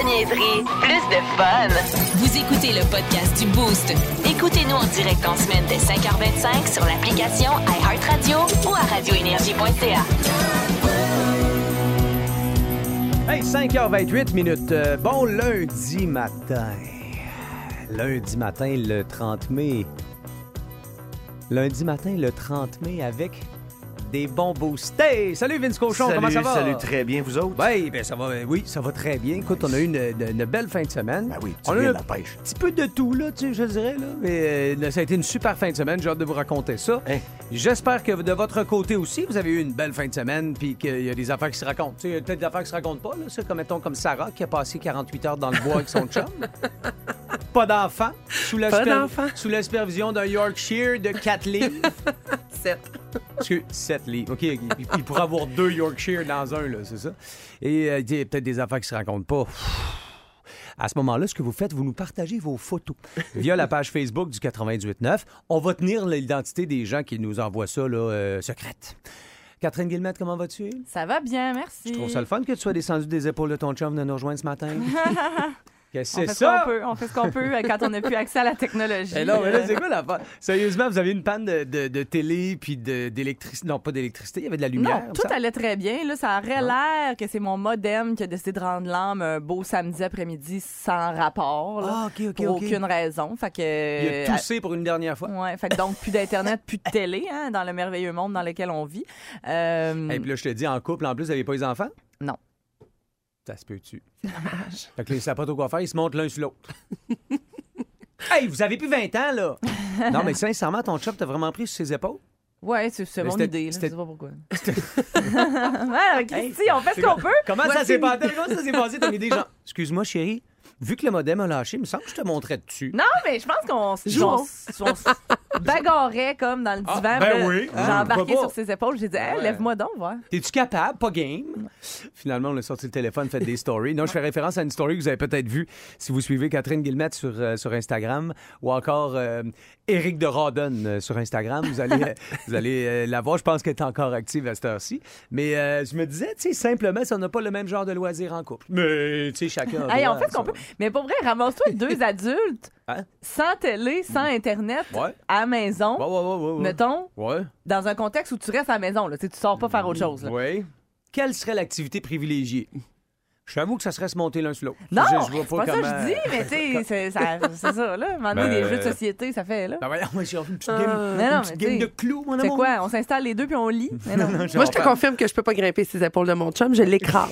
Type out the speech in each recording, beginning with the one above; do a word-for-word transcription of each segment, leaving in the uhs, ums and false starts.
de niaiserie, plus de fun. Vous écoutez le podcast du Boost. Écoutez-nous en direct en semaine dès cinq heures vingt-cinq sur l'application iHeartRadio ou à radio énergie point c a. Hey, cinq heures vingt-huit minutes. Euh, bon lundi matin. Lundi matin, le trente mai. Lundi matin, le trente mai, avec des bons boostés. Salut Vince Cochon, salut, comment ça va? Salut, très bien, vous autres? Oui, ben ça va, oui, ça va très bien. Écoute, on a eu une, une, une belle fin de semaine. Ben oui, on tu a eu viens un de la pêche. petit peu de tout, là, tu sais, je dirais. Là. Mais euh, ça a été une super fin de semaine. J'ai hâte de vous raconter ça. Hein? J'espère que de votre côté aussi, vous avez eu une belle fin de semaine puis qu'il y a des affaires qui se racontent. Tu sais, il y a peut-être des affaires qui se racontent pas, là. C'est comme, mettons, comme Sarah qui a passé quarante-huit heures dans le bois avec son chum. Pas d'enfant. Sous la, Pas super... d'enfant. sous la supervision d'un Yorkshire de quatre livres. Sept. Excuse, sept livres. OK, il, il pourrait avoir deux Yorkshire dans un, là, c'est ça? Et euh, il y a peut-être des affaires qui se racontent pas. À ce moment-là, ce que vous faites, vous nous partagez vos photos via la page Facebook du quatre-vingt-dix-huit neuf. On va tenir l'identité des gens qui nous envoient ça, là, euh, secrète. Catherine Guillemette, comment vas-tu? Ça va bien, merci. Je trouve ça le fun que tu sois descendu des épaules de ton chum de nous rejoindre ce matin. Qu'est-ce que on c'est fait ça? Ce qu'on peut, on fait ce qu'on peut quand on n'a plus accès à la technologie. Eh non, mais là, c'est quoi l'affaire? Sérieusement, vous avez une panne de, de, de télé puis de, d'électricité. Non, pas d'électricité, il y avait de la lumière. Non, tout ça? allait très bien. Là, ça aurait l'air que c'est mon modem qui a décidé de rendre l'âme un beau samedi après-midi sans rapport. Là, Ah, OK, OK, pour OK. aucune raison. Fait que, Il a toussé pour une dernière fois. Ouais, fait que donc plus d'Internet, plus de télé hein, dans le merveilleux monde dans lequel on vit. Euh... Et puis là, je te dis, en couple, en plus, vous n'avez pas les enfants? Non. Ça se peut-tu? Fait que là, ils savent pas trop quoi faire, ils se montent l'un sur l'autre. Hey, vous avez plus vingt ans, là! Non, mais sincèrement, ton chum t'a vraiment pris sur ses épaules? Ouais, c'est, c'est Mais mon c'était- idée. Là, je c'était- sais pas pourquoi. Ouais, Christy, on fait ce qu'on peut. Comment ça Voici s'est une- passé? Comment ça s'est passé? T'as mis des gens. Excuse-moi, chérie, vu que le modem a lâché, il me semble que je te montrais dessus. Non, mais je pense qu'on s- Jouons. on s- on s- bagarrait comme dans le divan. Ah, ben puis là, oui. J'ai Ah, embarqué pourquoi pas? sur ses épaules. J'ai dit, hey, Ouais. lève-moi donc, voir. T'es-tu capable? Pas game. Finalement, on a sorti le téléphone, fait des stories. Non, je fais référence à une story que vous avez peut-être vue si vous suivez Catherine Guillemette sur, euh, sur Instagram ou encore euh, Éric de Rodden euh, sur Instagram. Vous allez, euh, vous allez euh, la voir. Je pense qu'elle est encore active à cette heure-ci. Mais euh, je me disais, tu sais, simplement, si on n'a pas le même genre de loisir en couple. Mais, tu sais, chacun a Hey, droit on fait à ce qu'on ça. peut. Mais pour vrai, ramasse-toi deux adultes, Hein? sans télé, sans Internet, Ouais. à la maison, Ouais, ouais, ouais, ouais, ouais. mettons, Ouais. dans un contexte où tu restes à la maison. Là. Tu sais, tu sors pas faire autre chose. Là. Oui. Quelle serait l'activité privilégiée? J'avoue que ça serait se monter l'un sur l'autre. Non, Je- je vois c'est pas ça comment- que je dis, mais tu sais, c'est, ça- c'est ça, là. Maintenant, Ben, les jeux de société, ça fait, là. Ben voyons, moi, j'ai une petite game, Euh, mais une non, petite mais game de t'sais, clous, mon C'est amour. quoi? On s'installe les deux puis on lit? Mais non. Moi, je te confirme que je peux pas grimper ses épaules de mon chum, je l'écrase.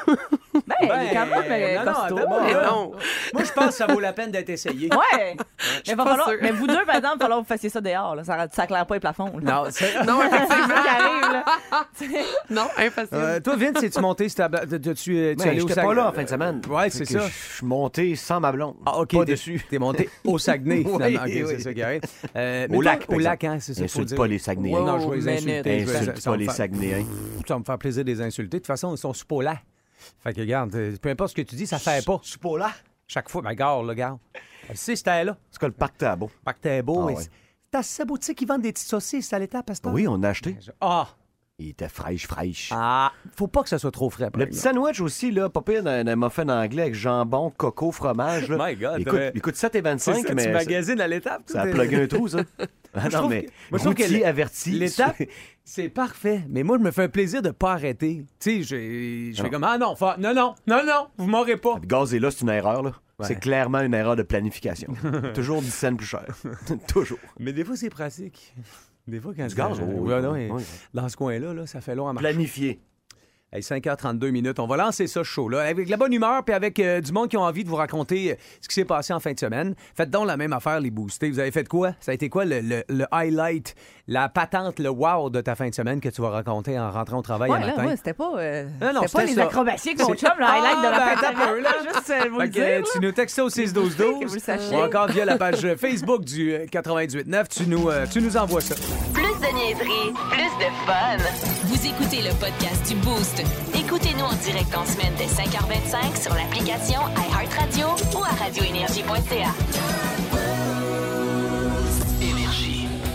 Ben, il est quand même euh, non, non, costaud. attends, Mais là. non. Moi, je pense que ça vaut la peine d'être essayé. Ouais! mais, va pas falloir- sûre. mais vous deux, par exemple, il va falloir que vous fassiez ça dehors. Là. Ça, ça claire pas les plafonds. là. Non, c'est... Non, C'est effectivement. ça qui arrive, là. Non, impossible. Euh, toi, Vince, es-tu monté sur ta bla- tu, tu, tu es Ben, allé au j'étais Saguenay? pas là en fin de semaine. Ouais, Fait c'est que ça. Je suis monté sans ma blonde. Ah, OK. Pas t'es, dessus. T'es monté au Saguenay, Oui, finalement. OK, oui. c'est ça qui arrive. Euh, mais Au toi, lac, par Au lac, exemple. hein, c'est ça qu'il faut Insulte dire. pas les Saguenayens. Ouais, non, je vais les minute. insulter. Je vais- Insulte ça pas va me les faire- Saguenayens. Ça va me faire plaisir de les insulter. De toute façon, ils sont sous pas là. Fait que, regarde, euh, peu importe ce que tu dis, ça fait pas. Je suis pas là. Chaque fois, ben, regarde, là, regarde. Elle sait, c'était là. C'est quoi le parc Tabo? Pas que t'es beau. Ah mais ouais. c'est- C'est à sa boutique qui vendent des petites saucisses à l'étape, Pasteur. Oui, on a acheté. Ah! Il était fraîche, fraîche. Ah! Faut pas que ça soit trop frais, par Le petit exemple. sandwich aussi, là, pas pire d'un d'un muffin anglais avec jambon, coco, fromage. Là. My God, il, coûte, t'aurais- il coûte sept et C'est vingt-cinq, ça, mais tu ça, magasines à l'étape. ça a tout est- plugué un trou, ça. Ah je non, trouve mais que- moi, je trouve que routier le- averti. L'étape, c'est parfait. Mais moi, je me fais un plaisir de pas arrêter. Tu sais, je je fais Non. comme, ah non, fa- non, non, non, non, vous m'aurez pas. Le gaz est là, c'est une erreur. Là. Ouais. C'est clairement une erreur de planification. Toujours dix cents plus cher. Toujours. Mais des fois, c'est pratique. Des fois, quand Du gaz, euh, oh, ouais, oui, non, oui, et oui. dans ce coin-là, là, ça fait long à marcher. Planifié. Hey, cinq heures trente-deux minutes. On va lancer ça, ce show-là, avec la bonne humeur puis avec euh, du monde qui ont envie de vous raconter euh, ce qui s'est passé en fin de semaine. Faites donc la même affaire, les boostés. Vous avez fait quoi? Ça a été quoi le, le- le highlight, la patente, le wow de ta fin de semaine que tu vas raconter en rentrant au travail Ouais, un là, matin? ouais, c'était pas, euh, Non, non, c'était pas c'était les ça. acrobaties avec mon C'est- chum, le highlight de Ah, la ben, fin de attends un peu, semaine. là. Juste euh, vous le Fait que, dire. euh, là. tu nous textes ça au six douze Que douze vous le sachiez. ou encore via la page Facebook du euh, quatre-vingt-dix-huit neuf. Tu nous, euh, tu nous envoies ça. Plus de niaiserie, plus de fun. Vous écoutez le podcast du Boost. Écoutez-nous en direct en semaine dès cinq heures vingt-cinq sur l'application iHeartRadio ou à radio énergie point c a.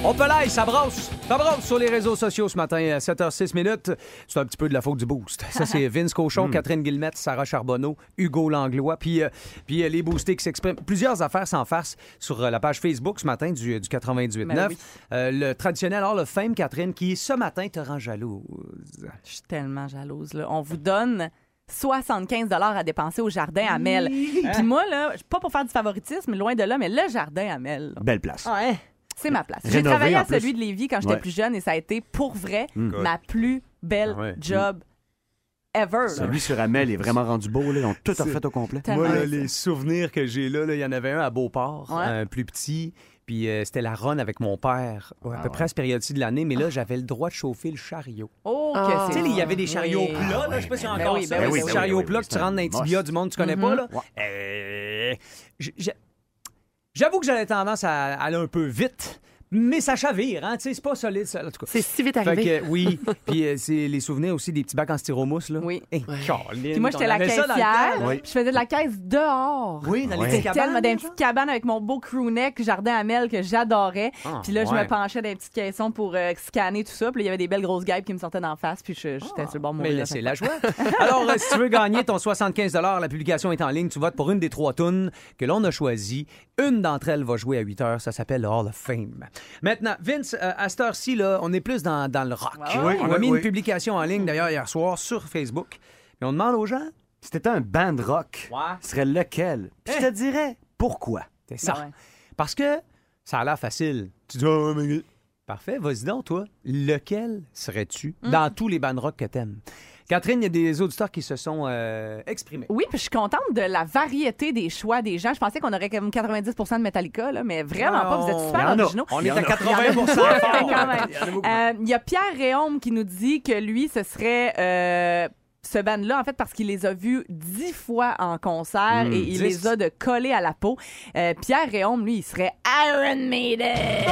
On peut l'ail, ça brosse. Ça brosse sur les réseaux sociaux ce matin à sept heures six minutes. C'est un petit peu de la faute du boost. Ça, c'est Vince Cochon, Catherine Guillemette, Sarah Charbonneau, Hugo Langlois, puis, euh, puis euh, les boostés qui s'expriment. Plusieurs affaires sans farce sur euh, la page Facebook ce matin du, du quatre-vingt-dix-huit neuf. Ben oui. euh, le traditionnel Hall of Fame, Catherine, qui ce matin te rend jalouse. Je suis tellement jalouse. Là. On vous donne soixante-quinze dollars à dépenser au jardin à Mel. Puis moi, là, pas pour faire du favoritisme, loin de là, mais le jardin à Mel, là, Belle place. ouais, c'est ma place. J'ai Rénové, travaillé en à plus. celui de Lévis quand j'étais Ouais. plus jeune et ça a été, pour vrai, Mm. ma plus belle Ah ouais. job ever. là. Celui sur Amel est vraiment rendu beau. Là. Ils ont tout refait au complet. Tellement Moi, là, ça. les souvenirs que j'ai là, là, il y en avait un à Beauport, Ouais. un plus petit. Puis euh, c'était la run avec mon père, ouais, à peu près à cette période-ci de l'année. Mais là, j'avais le droit de chauffer le chariot. Oh, que Ah. c'est Tu sais, il y avait des chariots Oui. plats, là, je sais pas si Ben encore oui, ça. ben oui, des ben chariots oui, oui, plats oui, que tu rentres dans les c'est un tibias must. du monde que tu connais Mhm. pas, là. Ouais. Euh, j- j'- J'avoue que j'avais tendance à aller un peu vite, mais ça chavire, hein, tu sais, c'est pas solide, ça, en tout cas. C'est si vite Fait arrivé. que, oui, puis euh, c'est les souvenirs aussi des petits bacs en styromousse, là. Oui. Hey, Caroline, Puis moi, j'étais on la avait ça dans le caissière. temps, là. puis Je faisais de la caisse dehors. Oui, dans les Ouais. petites C'était cabanes. tellement dans une genre. petite cabane avec mon beau crewneck, jardin à Mel que j'adorais. Ah, Puis là, je ouais. me penchais dans les petites caissons pour euh, scanner tout ça. Puis là, il y avait des belles grosses guêpes qui me sortaient d'en face. Puis je- j'étais sur le bord de Mais mourir. laissez la joie. Alors, euh, si tu veux gagner ton soixante-quinze dollars, la publication est en ligne. Tu votes pour une des trois tunes que l'on a choisies. Une d'entre elles va jouer à huit heures. Ça s'appelle le Hall of Fame. Maintenant, Vince, euh, à cette heure-ci, là, on est plus dans, dans le rock. Ouais, ouais, on a ouais, mis ouais. une publication en ligne, d'ailleurs, hier soir, sur Facebook. Mais on demande aux gens, Si t'étais un band rock, Ouais. ce serait lequel? Puis je te dirais pourquoi. c'est ça. Ben ouais. Parce que ça a l'air facile. Tu dis, oh, mais... Parfait, vas-y donc, toi. Lequel serais-tu dans tous les bands rock que t'aimes? Catherine, il y a des auditeurs qui se sont euh, exprimés. Oui, puis je suis contente de la variété des choix des gens. Je pensais qu'on aurait comme quatre-vingt-dix pour cent de Metallica, là, mais vraiment Non, pas. Vous êtes il y super en a. originaux. On Il y est en à a. quatre-vingts pour cent Mais fort. quand même. Euh, Il y a Pierre Réaume qui nous dit que lui, ce serait euh, ce band-là, en fait, parce qu'il les a vus dix fois en concert Mmh, et il dix. les a de coller à la peau. Euh, Pierre Réaume, lui, il serait Iron Maiden.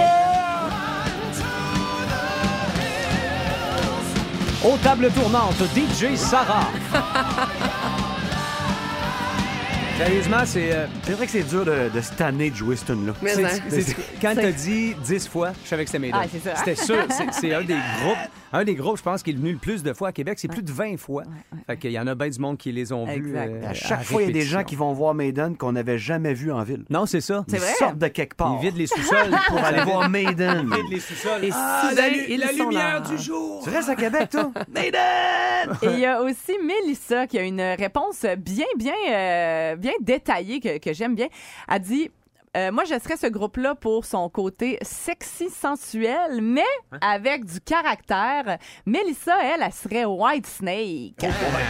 Aux tables tournantes, D J Sarah. Sérieusement, c'est... euh, C'est vrai que c'est dur de, de se tanner de jouer ce tune-là. Mais c'est- hein. c'est- quand t'as dit dix fois, je savais que c'était Maiden. Ah, c'est ça. C'était sûr. C'est, c'est un des groupes, un des groupes, je pense, qui est venu le plus de fois à Québec. C'est plus de vingt fois. Fait qu'il y en a bien du monde qui les ont vus. Exact. euh, À chaque fois, il y a des gens qui vont voir Maiden qu'on n'avait jamais vu en ville. Non, c'est ça. C'est Ils vrai? sortent de quelque part Ils vident les sous-sols pour aller voir Maiden. Ils vident les sous-sols. Et Ah, soudain, la, lu- ils la sont lumière là. du jour. Tu restes à Québec, toi? Maiden! Et il y a aussi Mélissa qui a une réponse bien, bien, euh, bien détaillée que, que j'aime bien. Elle dit euh, moi, je serais ce groupe-là pour son côté sexy, sensuel, mais avec du caractère. Mélissa, elle, elle serait White Snake.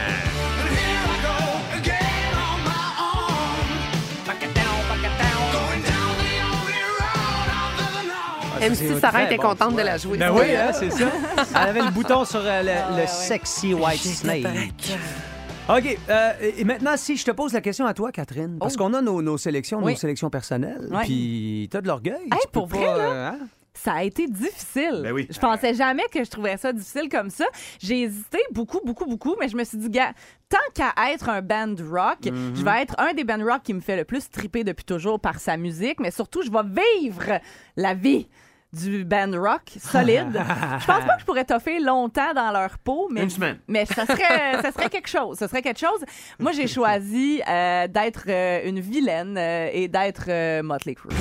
M C Sarah était contente de la jouer. Ben oui, hein, c'est ça. Elle avait le bouton sur euh, le, le ouais. sexy white snake. OK. euh, et maintenant, si je te pose la question à toi, Catherine, parce Oh. qu'on a nos, nos sélections, Oui. nos sélections personnelles, Ouais. puis t'as de l'orgueil. Hey, tu peux pour pas, vrai, là? euh, hein? Ça a été difficile. Ben oui. Je pensais jamais que je trouverais ça difficile comme ça. J'ai hésité beaucoup, beaucoup, beaucoup, mais je me suis dit, gars, tant qu'à être un band rock, Mm-hmm. je vais être un des bands rock qui me fait le plus triper depuis toujours par sa musique, mais surtout, je vais vivre la vie du band rock solide. Je pense pas que je pourrais toffer longtemps dans leur peau, mais Une semaine. mais ça serait ça serait quelque chose. Ça serait quelque chose. Moi, j'ai choisi euh, d'être euh, une vilaine euh, et d'être euh, Motley Crue.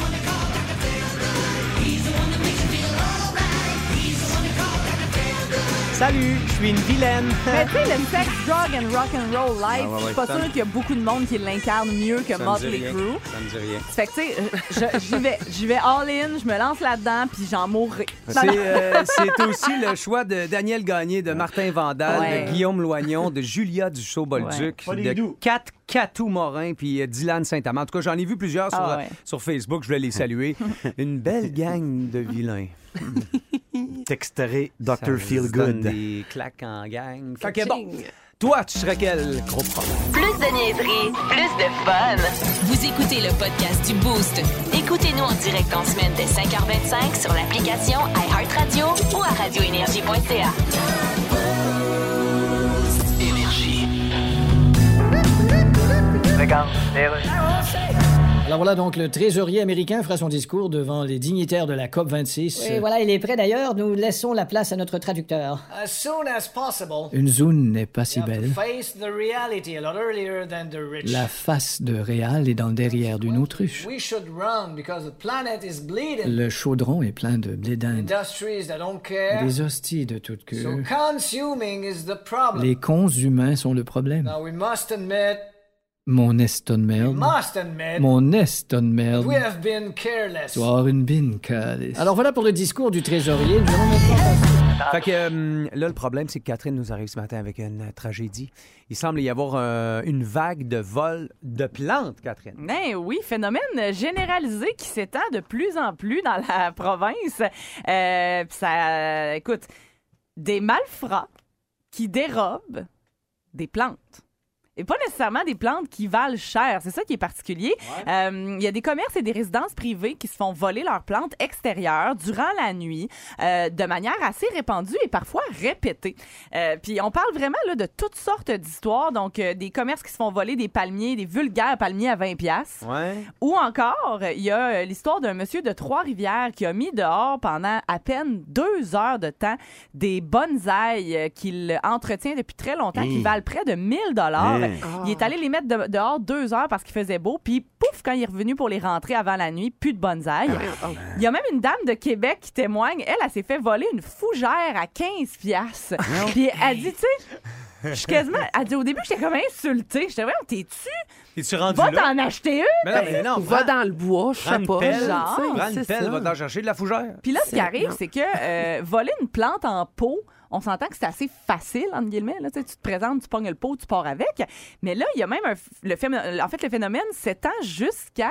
Salut, je suis une vilaine. Mais tu sais, le sex, drug and rock and roll life, Ah ouais, ouais, je suis pas ça sûre me- qu'il y a beaucoup de monde qui l'incarne mieux que Ça me dit Motley rien. Crue. Ça me dit rien. Fait que tu sais, je- j'y vais, j'y vais all in, je me lance là-dedans, puis j'en mourrai. Non, C'est, non. euh, c'est aussi le choix de Daniel Gagné, de Martin Vandal, Ouais. de Guillaume Loignon, de Julia Dussault-Bolduc, Ouais. Pas des de doux. Kat Catou Morin, puis euh, Dylan Saint-Amand. En tout cas, j'en ai vu plusieurs sur, Ah euh, ouais. sur Facebook. Je voulais les saluer. Une belle gang de vilains. Texteré Ça docteur se Feel donne Good. des claques en gang. Fait que bon, toi, tu serais quel groupe rock? Plus de niaiserie, plus de fun. Vous écoutez le podcast du Boost. Écoutez-nous en direct en semaine dès cinq heures vingt-cinq sur l'application iHeartRadio ou à radio énergie point c a. Regarde, les rues. Alors voilà, donc le trésorier américain fera son discours devant les dignitaires de la COP vingt-six. Oui, voilà, il est prêt d'ailleurs. Nous laissons la place à notre traducteur. As soon as possible. Une zone n'est pas si belle. Face the reality a lot earlier than the rich. La face de Réal est dans le derrière d'une autruche. We should run because the planet is bleeding. Le chaudron est plein de blé d'Inde. Industries that don't care. Des hosties de toute queue. So consuming is the problem. Les cons humains sont le problème. Now we must admit. Mon eston merde. Must admit. Mon eston merde. We have been careless. Tu vas avoir une bine careless. Alors voilà pour le discours du trésorier. Nous allons maintenant... Fait que euh, là, le problème, c'est que Catherine nous arrive ce matin avec une tragédie. Il semble y avoir euh, une vague de vol de plantes, Catherine. Ben oui, phénomène généralisé qui s'étend de plus en plus dans la province. Euh, pis ça, écoute, des malfrats qui dérobent des plantes. Et pas nécessairement des plantes qui valent cher. C'est ça qui est particulier. Il ouais. euh, y a des commerces et des résidences privées qui se font voler leurs plantes extérieures durant la nuit euh, de manière assez répandue et parfois répétée. Euh, Puis on parle vraiment là, de toutes sortes d'histoires. Donc, euh, des commerces qui se font voler des palmiers, des vulgaires palmiers à vingt piastres. Ouais. Ou encore, il y a euh, l'histoire d'un monsieur de Trois-Rivières qui a mis dehors pendant à peine deux heures de temps des bonsaïs euh, qu'il entretient depuis très longtemps, mmh. qui valent près de mille dollars. Mmh. Il est allé les mettre de, dehors deux heures parce qu'il faisait beau. Puis, pouf, quand il est revenu pour les rentrer avant la nuit, plus de bonsaï. Il y a même une dame de Québec qui témoigne. Elle, elle s'est fait voler une fougère à quinze piastres. Puis, elle dit, tu sais... Je suis quasiment... Elle dit, au début, j'étais comme insultée. J'étais, ouais, t'es-tu? Es-tu rendu Va là? t'en acheter une? Mais non, mais non, va dans le bois, je sais pas. Pelle, genre, prends une pelle, va t'en chercher de la fougère. Puis là, ce qui arrive, c'est que euh, voler une plante en pot, on s'entend que c'est assez facile, entre guillemets. Là, tu te présentes, tu pognes le pot, tu pars avec. Mais là, il y a même un... Le phé... En fait, le phénomène s'étend jusqu'à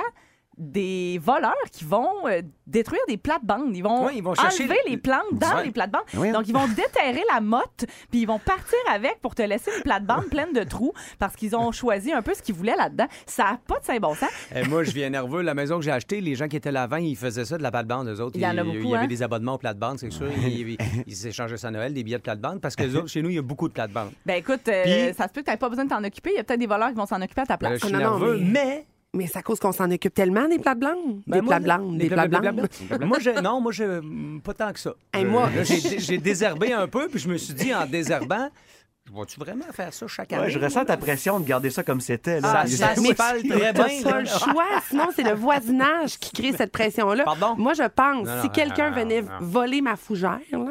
des voleurs qui vont euh, détruire des plates-bandes. Ils vont, ouais, ils vont chercher enlever les plantes dans ouais. les plates-bandes. Oui. Donc, ils vont déterrer la motte, puis ils vont partir avec pour te laisser une plate-bande pleine de trous parce qu'ils ont choisi un peu ce qu'ils voulaient là-dedans. Ça n'a pas de saint bon sens. Et moi, je viens nerveux. La maison que j'ai achetée, les gens qui étaient là avant, ils faisaient ça de la plate-bande, eux autres. Il y en a beaucoup, Il y avait hein? des abonnements aux plates-bandes, c'est sûr. Ils, ils, ils s'échangeaient ça à Noël, des billets de plate-bande, parce que autres, chez nous, il y a beaucoup de plates-bandes. Ben écoute, euh, Puis... ça se peut que tu n'aies pas besoin de t'en occuper. Il y a peut-être des voleurs qui vont s'en occuper à ta place. Ben, je suis Ah, non, nerveux, non, mais... mais... Mais c'est à cause qu'on s'en occupe tellement des plates blanches. Ben des moi, plates blanches. Des plates blanches. Moi, je, non, moi, je, pas tant que ça. Hey, Je- moi- là, j'ai, j'ai désherbé un peu, puis je me suis dit, en désherbant, vas-tu vraiment faire ça chaque année? Ouais, je ressens ta pression de garder ça comme c'était. Là. Ah, Il- ça Mais se parle très t'as bien. pas là. le choix, sinon c'est le voisinage qui crée cette pression-là. Pardon? Moi, je pense, Non, non, si quelqu'un non, non, venait non. voler ma fougère, là,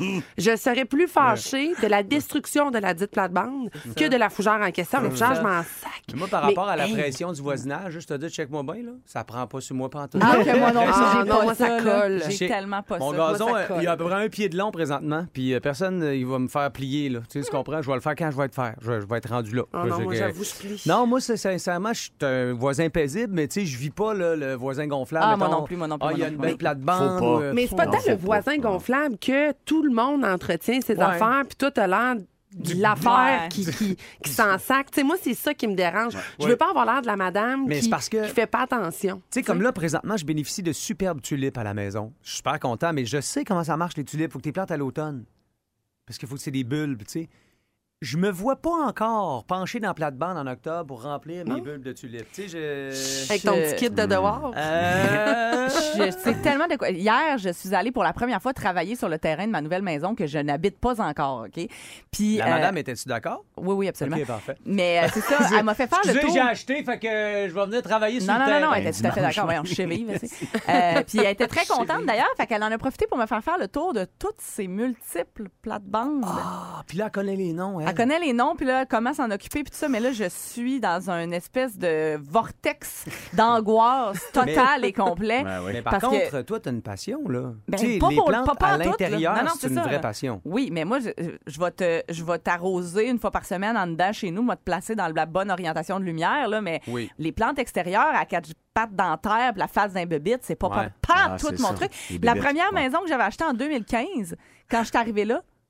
je serais plus fâchée de la destruction de la dite plate-bande que de la fougère en question. La fougère, je m'en sac. Mais moi, par Mais, rapport à la hey. pression du voisinage, juste te dire, check-moi bien, là, ça prend pas sur moi pantoute. Ah, que moi non plus, Ah, j'ai non, pas moi, ça là. colle. J'ai Chez- tellement pas Mon ça. gazon, Moi, ça euh, colle. il y a à peu près un pied de long présentement, puis euh, personne, euh, il va me faire plier, là. Tu sais, tu comprends? Je vais le faire quand je vais être faire. Je, je vais être rendu là. Ah Je- non, je- moi, que- j'avoue, je plie. Non, moi, c'est, sincèrement, je suis un voisin paisible, mais tu sais, je vis pas là, le voisin gonflable. Ah, moi Mettons, non plus, moi non plus, Ah, il y a moi une non belle plus. plate-bande. Faut pas. ou, euh, Mais c'est pas Non, tant faut le pas. voisin gonflable que tout le monde entretient ses Ouais. affaires, puis toi, t'as l'air de l'affaire Ouais. qui, qui, qui s'en sac. Tu sais, moi, c'est ça qui me dérange. Je Ouais. veux pas avoir l'air de la madame Mais qui, c'est parce que- qui fait pas attention. Tu sais, comme là, présentement, je bénéficie de superbes tulipes à la maison. Je suis super content, mais je sais comment ça marche, les tulipes. Faut que tu les plantes à l'automne. Parce qu'il faut que c'est des bulbes, tu sais. Je me vois pas encore pencher dans la plate-bande en octobre pour remplir mes bulbes de tulipes. Tu sais, je... Avec ton Je- petit kit de devoir. Euh... Je sais tellement de quoi. Hier, je suis allée pour la première fois travailler sur le terrain de ma nouvelle maison que je n'habite pas encore, OK? Puis, La euh, madame, était-tu d'accord? Oui, oui, absolument. OK, parfait. Mais euh, c'est ça, elle m'a fait faire le Excusez, tour. j'ai acheté, fait que je vais venir travailler sur Non, le non, non, terrain. non, elle était tout à fait d'accord. Voyons, cheville, vas-y. Euh, puis elle était très contente d'ailleurs, fait qu'elle en a profité pour me faire faire le tour de toutes ces multiples plates-bandes. Ah, puis là, elle connaît les noms, elle. Elle connaît les noms, puis là, comment s'en occuper, puis tout ça. Mais là, je suis dans une espèce de vortex d'angoisse totale et complet. Ben oui. Mais par Parce contre, que- toi, t'as une passion, là. Ben, tu sais, pas les pour- plantes pas- pas à en tout, là. l'intérieur, Non, non, c'est c'est une ça. vraie passion. Oui, mais moi, je, je vais te, je vais t'arroser une fois par semaine en dedans chez nous, moi, te placer dans la bonne orientation de lumière, là, mais Oui. les plantes extérieures à quatre pattes dentaires puis la face d'un bébite, c'est pas, Ouais. pas, pas Ah, tout c'est mon ça. truc. Les La bébites, première ouais. maison que j'avais achetée en deux mille quinze, quand je suis arrivée là,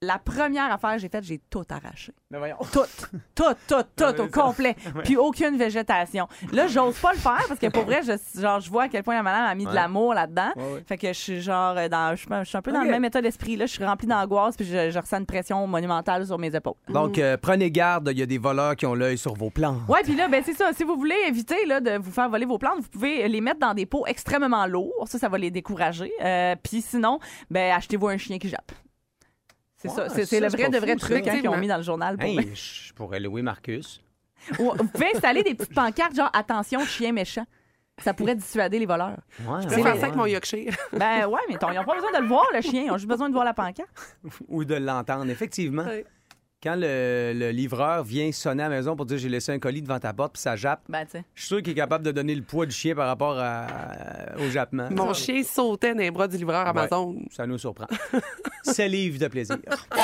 La première affaire que j'ai faite, j'ai tout arraché. Mais voyons. Tout, tout, tout, tout, au complet. Puis aucune végétation. Là, j'ose pas le faire parce que pour vrai, je, genre, je vois à quel point la madame a mis Ouais. de l'amour là-dedans. Ouais, ouais. Fait que je suis genre dans, je suis je suis un peu dans Ok. le même état d'esprit. Là, je suis remplie d'angoisse puis je, je ressens une pression monumentale sur mes épaules. Donc, euh, prenez garde, il y a des voleurs qui ont l'œil sur vos plantes. Ouais, puis là, ben c'est ça. Si vous voulez éviter là, de vous faire voler vos plantes, vous pouvez les mettre dans des pots extrêmement lourds. Ça, ça va les décourager. Euh, puis sinon, ben achetez-vous un chien qui jappe. C'est Ouais, ça. C'est, ça, c'est le c'est vrai pas de vrai fou, truc hein, qu'ils ont effectivement. mis dans le journal. Pour Hey, vrai. je pourrais louer Marcus. Ou- Vous pouvez installer des petites pancartes genre attention, chien méchant. Ça pourrait dissuader les voleurs. Ouais, Je ouais, peux faire ouais. ça avec mon Yorkshire. Ben ouais, mais ils n'ont pas besoin de le voir, le chien. Ils ont juste besoin de voir la pancarte. Ou de l'entendre, effectivement. Ouais. Quand le, le livreur vient sonner à la maison pour dire j'ai laissé un colis devant ta porte puis ça jappe, Ben, tu sais. je suis sûr qu'il est capable de donner le poids du chien par rapport à- au jappement. Mon chien sautait dans les bras du livreur Amazon. Ça nous surprend. C'est livre de plaisir.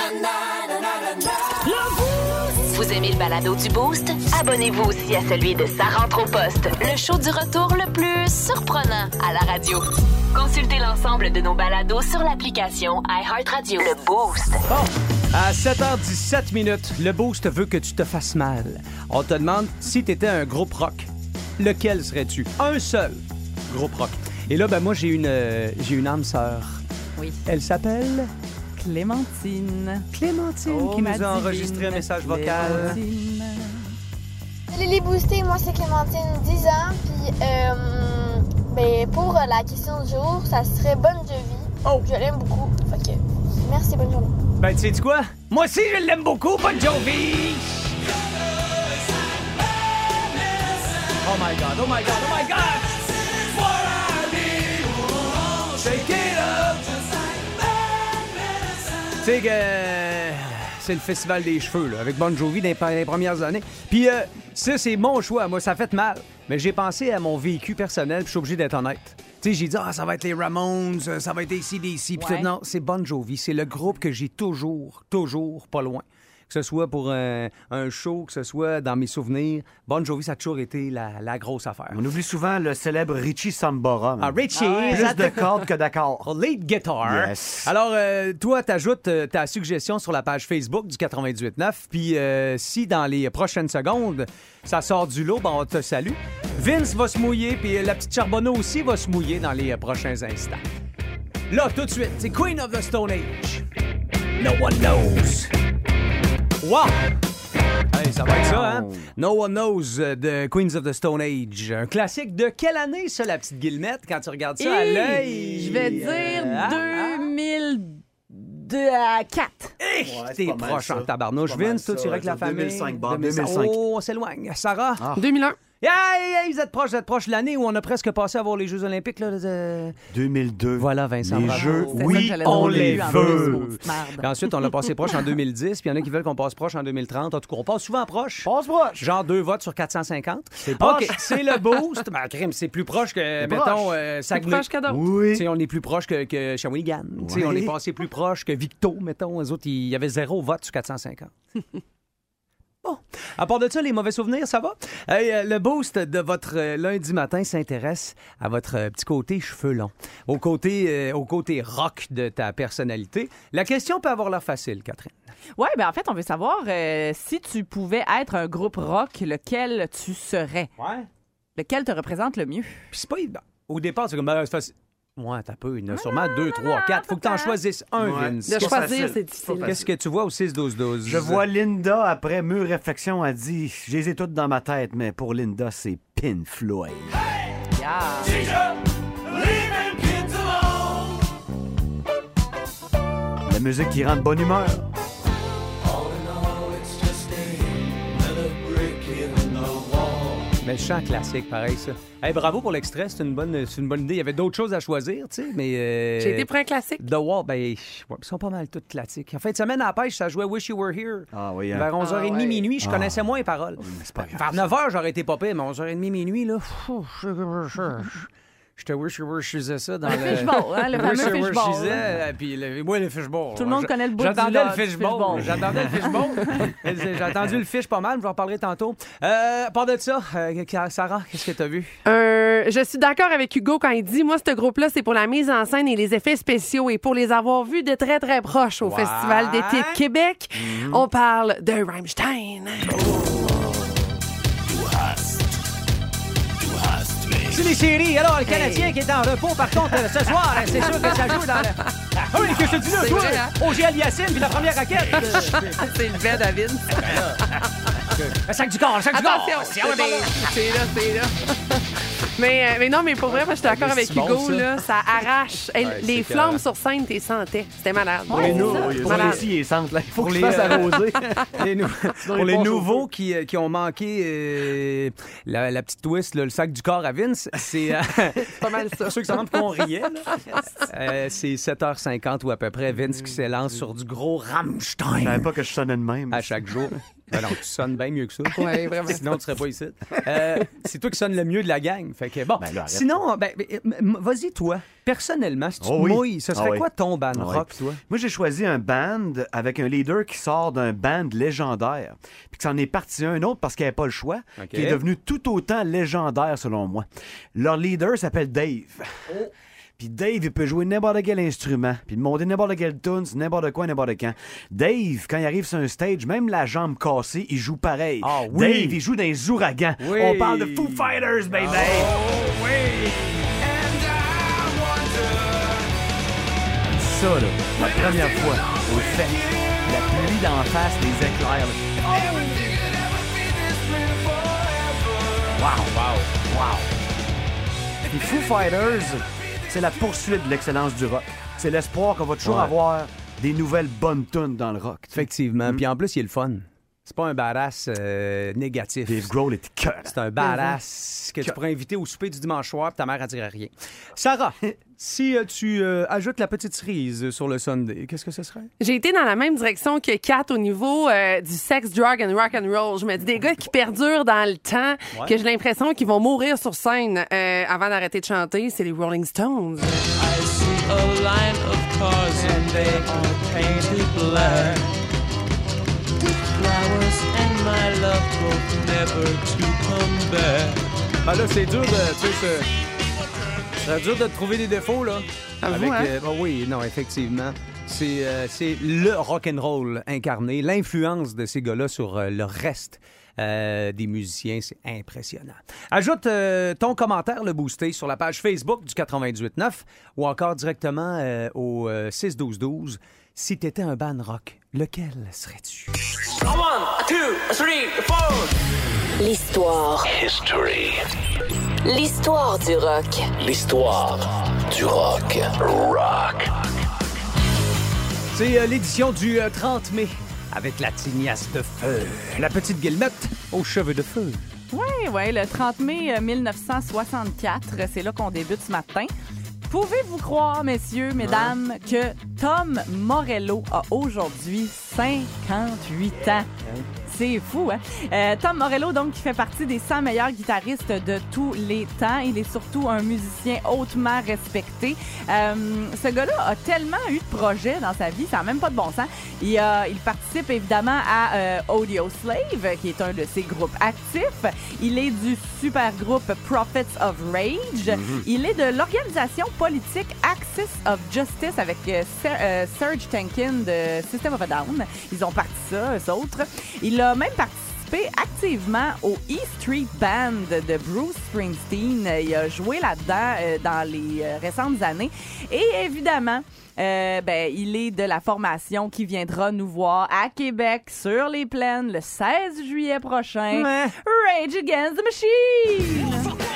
Vous aimez le balado du Boost? Abonnez-vous aussi à celui de Sa rentre au poste, le show du retour le plus surprenant à la radio. Consultez l'ensemble de nos balados sur l'application iHeartRadio. Le Boost. À sept heures dix-sept minutes, le Boost veut que tu te fasses mal. On te demande si tu étais un groupe rock. Lequel serais-tu? Un seul groupe rock. Et là, ben moi, j'ai une, euh, j'ai une âme sœur. Oui. Elle s'appelle Clémentine. Clémentine Oh, qui ma nous a divine enregistré un message vocal. Clémentine. Salut les boostés, moi c'est Clémentine, dix ans, puis euh, ben, pour la question du jour, ça serait Bon Jovi. Oh. Je l'aime beaucoup, fait que merci, bonne journée. Ben, tu sais quoi? Moi aussi, je l'aime beaucoup, Bon Jovi! Oh my God, oh my God, oh my God! Shake it up! Tu sais que euh, c'est le festival des cheveux, là, avec Bon Jovi dans les, dans les premières années. Puis euh, ça, c'est mon choix. Moi, ça fait mal. Mais j'ai pensé à mon vécu personnel, puis je suis obligé d'être honnête. Tu sais, j'ai dit, ah, ça va être les Ramones, ça va être A C D C. Puis Ouais. tout. Non, c'est Bon Jovi. C'est le groupe que j'ai toujours, toujours pas loin. Que ce soit pour un, un show, que ce soit dans mes souvenirs, Bon Jovi, ça a toujours été la, la grosse affaire. On oublie souvent le célèbre Richie Sambora. Ah, Richie! Plus de cordes que d'accords. Lead guitar. Yes. Alors, euh, toi, t'ajoutes euh, ta suggestion sur la page Facebook du quatre-vingt-dix-huit neuf. Puis, euh, si dans les prochaines secondes, ça sort du lot, ben, on te salue. Vince va se mouiller, puis la petite Charbonneau aussi va se mouiller dans les euh, prochains instants. Là, tout de suite, c'est Queen of the Stone Age. No one knows. Wow! Hey, ça va être ça, hein? No One Knows euh, de Queens of the Stone Age. Un classique de quelle année, ça, la petite Guillemette, quand tu regardes ça à Et l'œil? je vais dire Euh, ah, deux mille quatre. Hey, Ouais, c'est t'es pas mal proche ça. en tabarnouche. C'est pas mal Vince, toi, ça, tu irais avec ouais, la famille. deux mille cinq, bon, deux mille cinq. deux mille cinq. Oh, on s'éloigne. Sarah? Ah. deux mille un. Yeah, yeah, yeah, vous êtes proche, vous êtes proche. L'année où on a presque passé à voir les Jeux olympiques, là. de- deux mille deux. Voilà, Vincent. Les bravo. Jeux, C'est ça que oui, j'allais on dire au les début, en plus, veut. maudite merde. Puis ensuite, on l'a passé proche en deux mille dix, puis il y en a qui veulent qu'on passe proche en deux mille trente. En tout cas, on passe souvent proche. Passe proche. Genre deux votes sur quatre cent cinquante. C'est proche. OK, c'est le boost. Ben, crime, c'est plus proche que, mettons, proche. euh, Saguenay. Proche cadeau. Oui. Tu sais, on est plus proche que, que Shawinigan. Tu sais, Ouais. on est passé plus proche que Victo, mettons. Les autres, il y avait zéro vote sur quatre cent cinquante. Bon. À part de ça, les mauvais souvenirs, ça va? Hey, euh, le boost de votre euh, lundi matin s'intéresse à votre euh, petit côté cheveux longs, au côté, euh, au côté rock de ta personnalité. La question peut avoir l'air facile, Catherine. Ouais, ben en fait, on veut savoir euh, si tu pouvais être un groupe rock, lequel tu serais? Ouais. Lequel te représente le mieux? Puis c'est pas évident. Au départ, c'est comme, ben, c'est facile. Ouais, t'as peu. Il y en a sûrement deux, trois, quatre. Faut que t'en choisisses un, Ouais. Vince. De pas choisir, facile. c'est difficile. Pas Qu'est-ce que tu vois au six douze douze? Je vois Linda, après mûre réflexion, a dit « Je les ai toutes dans ma tête, mais pour Linda, c'est Pink Floyd. Yeah. La musique qui rend de bonne humeur. Mais le chant classique, pareil, ça. Hey, bravo pour l'extrait, c'est une bonne, c'est une bonne idée. Il y avait d'autres choses à choisir, tu sais, mais... euh, J'ai été pour un classique. The Wall, ben, ouais, ils sont pas mal toutes classiques. En fin de semaine, à la pêche, ça jouait Wish You Were Here. Ah oui, hein. Vers onze heures trente, Ah ouais. minuit, je Ah. connaissais moins les paroles. Mais c'est pas grave. Vers neuf heures, j'aurais été pas pire, mais onze heures trente, minuit, là, pfff, je, je- je- Je te wish, wish, je ça dans le... le... fishbowl, hein, le fameux wish, fishbowl. Wish, hein. Puis le... moi, le fishbowl. Tout le monde connaît le bout J'attendais du le fishbowl. J'attendais le fishbowl. J'ai entendu le fish pas mal, je vais en parler tantôt. Euh, à part de ça, euh, Sarah, qu'est-ce que t'as vu? Euh, je suis d'accord avec Hugo quand il dit, moi, ce groupe-là, c'est pour la mise en scène et les effets spéciaux. Et pour les avoir vus de très, très proche au ouais. Festival d'été de Québec, mm-hmm. on parle de Rammstein. C'est les séries. Alors, le Canadien hey. qui est en repos, par contre, ce soir, c'est sûr que ça joue dans le... Ah oui, que je te dis là, toi, hein? O G Aliassime, puis la première raquette. C'est le fait, David. Le sac du corps, le sac du corps. C'est là, c'est là. Mais, euh, mais non, mais pour vrai, moi, je suis d'accord mais avec Hugo, bon, ça. là, ça arrêche. Hey, ouais, les flammes sur scène, t'es sentais. C'était malade. Pour les nouveaux, pour les ici, ils sentent, là. Il faut que je fasse arroser. les nou... Pour les nouveaux qui, qui ont manqué euh, la, la petite twist, là, le sac du corps à Vince, c'est... Euh, c'est pas mal ça. Pour ceux qui se demandent pourquoi on riait, là, euh, c'est sept heures cinquante ou à peu près, Vince qui s'élance sur du gros Rammstein. Je savais pas que je sonnais de même. À chaque jour. Ben non, tu sonnes bien mieux que ça. Oui, vraiment. Sinon, tu serais pas ici. Euh, c'est toi qui sonnes le mieux de la gang. Fait que bon. Ben là, sinon, ben, ben, vas-y, toi. Personnellement, si tu oh, te oui. mouilles, ce serait ah, quoi oui. ton band ah, rock, oui. toi? Moi, j'ai choisi un band avec un leader qui sort d'un band légendaire. Puis que c'en est parti un autre parce qu'il n'avait pas le choix, okay. qui est devenu tout autant légendaire, selon moi. Leur leader s'appelle Dave. Oh. Puis Dave, il peut jouer n'importe quel instrument, puis monter n'importe quel tune, n'importe quoi, n'importe quand. Dave, quand il arrive sur un stage, même la jambe cassée, il joue pareil. Oh, oui. Dave, il joue dans les ouragans. Oui. On parle de Foo Fighters, baby! Oh, oui! Ça, là, la première fois, au fait, la pluie d'en face, les éclairs. Là. Wow, wow, wow! Les Foo Fighters... c'est la poursuite de l'excellence du rock. C'est l'espoir qu'on va toujours ouais. avoir des nouvelles bonnes tunes dans le rock. Effectivement. Mm. Puis en plus, il est le fun. C'est pas un badass euh, négatif. Dave Grohl est cœur. C'est un badass que tu pourrais inviter au souper du dimanche soir, puis ta mère ne dirait rien. Sarah, si euh, tu euh, ajoutes la petite cerise sur le Sunday, qu'est-ce que ce serait? J'ai été dans la même direction que Kat au niveau euh, du sex, drug and rock and roll. Je me dis des gars qui perdurent dans le temps, ouais. que j'ai l'impression qu'ils vont mourir sur scène euh, avant d'arrêter de chanter. C'est les Rolling Stones. I see a line of cars and they are painted black. Flowers and my love hope never to come back. Ben là, c'est dur de, tu sais, c'est dur de trouver des défauts, là. Ah avec, vous, hein? euh, ben oui, non, effectivement. C'est, euh, c'est le rock'n'roll incarné. L'influence de ces gars-là sur euh, le reste euh, des musiciens, c'est impressionnant. Ajoute euh, ton commentaire, le boosté, sur la page Facebook du quatre-vingt-dix-huit neuf ou encore directement euh, au euh, six douze douze. Si t'étais un band rock, lequel serais-tu? One, two, three, four. L'histoire. History. L'histoire du rock. L'histoire du rock. Rock. C'est euh, l'édition du euh, trente mai avec la tignasse de feu. La petite Guillemette aux cheveux de feu. Oui, oui, le trente mai euh, mille neuf cent soixante-quatre, c'est là qu'on débute ce matin. Pouvez-vous croire, messieurs, mesdames, que Tom Morello a aujourd'hui cinquante-huit ans? C'est fou, hein? Euh, Tom Morello, donc, qui fait partie des cent meilleurs guitaristes de tous les temps. Il est surtout un musicien hautement respecté. Euh, ce gars-là a tellement eu de projets dans sa vie, ça n'a même pas de bon sens. Il, a, il participe évidemment à euh, Audioslave, qui est un de ses groupes actifs. Il est du super groupe Prophets of Rage. Mm-hmm. Il est de l'organisation politique Axis of Justice avec euh, Ser- euh, Serge Tankian de System of a Down. Ils ont parti ça, eux autres. Il a même participé activement au E Street Band de Bruce Springsteen. Il a joué là-dedans euh, dans les euh, récentes années. Et évidemment, euh, ben, il est de la formation qui viendra nous voir à Québec sur les plaines le seize juillet prochain. Mais... Rage Against the Machine!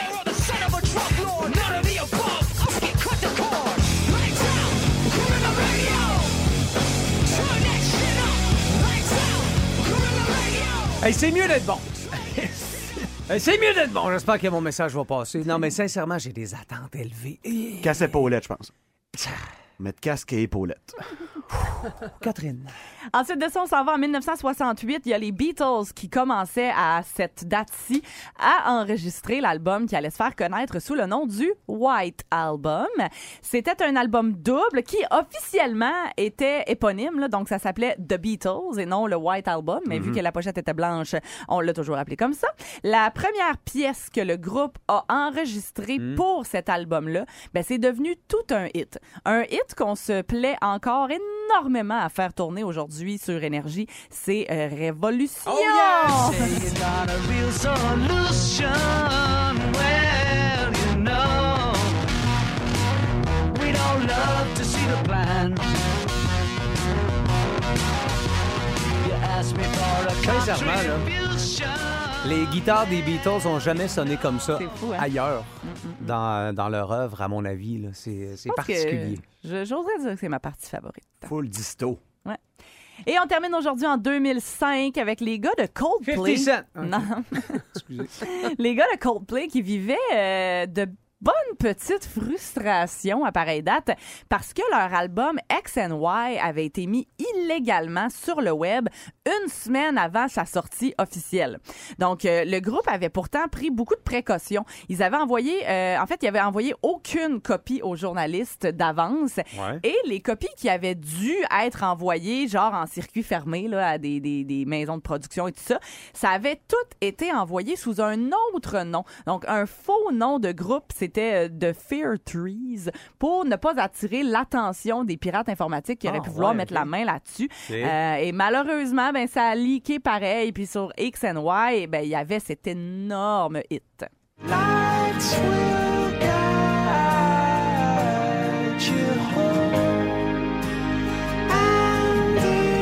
Hey, c'est mieux d'être bon. C'est mieux d'être bon. J'espère que mon message va passer. Non, mais sincèrement, j'ai des attentes élevées. Casse épaulette, je pense. Mettre casque et épaulette. Catherine. Ensuite de ça, on s'en va en dix-neuf cent soixante-huit. Il y a les Beatles qui commençaient à cette date-ci à enregistrer l'album qui allait se faire connaître sous le nom du White Album. C'était un album double qui officiellement était éponyme, là, donc ça s'appelait The Beatles et non le White Album, mais mm-hmm. vu que la pochette était blanche, on l'a toujours appelé comme ça. La première pièce que le groupe a enregistrée mm. pour cet album-là, ben, c'est devenu tout un hit. Un hit qu'on se plaît encore énormément à faire tourner aujourd'hui sur Énergie, c'est euh, Révolution. Oh yes! Sincèrement, là, les guitares des Beatles ont jamais sonné comme ça fou, hein? ailleurs Mm-mm. dans, dans leur œuvre, à mon avis. Là. C'est, c'est particulier. Je, j'oserais dire que c'est ma partie favorite. Full disto. Ouais. Et on termine aujourd'hui en deux mille cinq avec les gars de Coldplay. cinquante cents. Okay. Non. Excusez. Les gars de Coldplay qui vivaient euh, de bonne petite frustration à pareille date parce que leur album X and Y avait été mis illégalement sur le web une semaine avant sa sortie officielle. Donc, euh, le groupe avait pourtant pris beaucoup de précautions. Ils avaient envoyé, euh, en fait, ils avaient envoyé aucune copie aux journalistes d'avance. Ouais. Et les copies qui avaient dû être envoyées, genre en circuit fermé, là, à des, des, des maisons de production et tout ça, ça avait tout été envoyé sous un autre nom. Donc, un faux nom de groupe, c'était The Fear Trees, pour ne pas attirer l'attention des pirates informatiques qui auraient ah, pu vouloir ouais, mettre okay. la main là-dessus. Euh, et malheureusement, ben, ça a leaké pareil. Puis sur X and Y, ben, il y avait cet énorme hit. Lights will guide you home and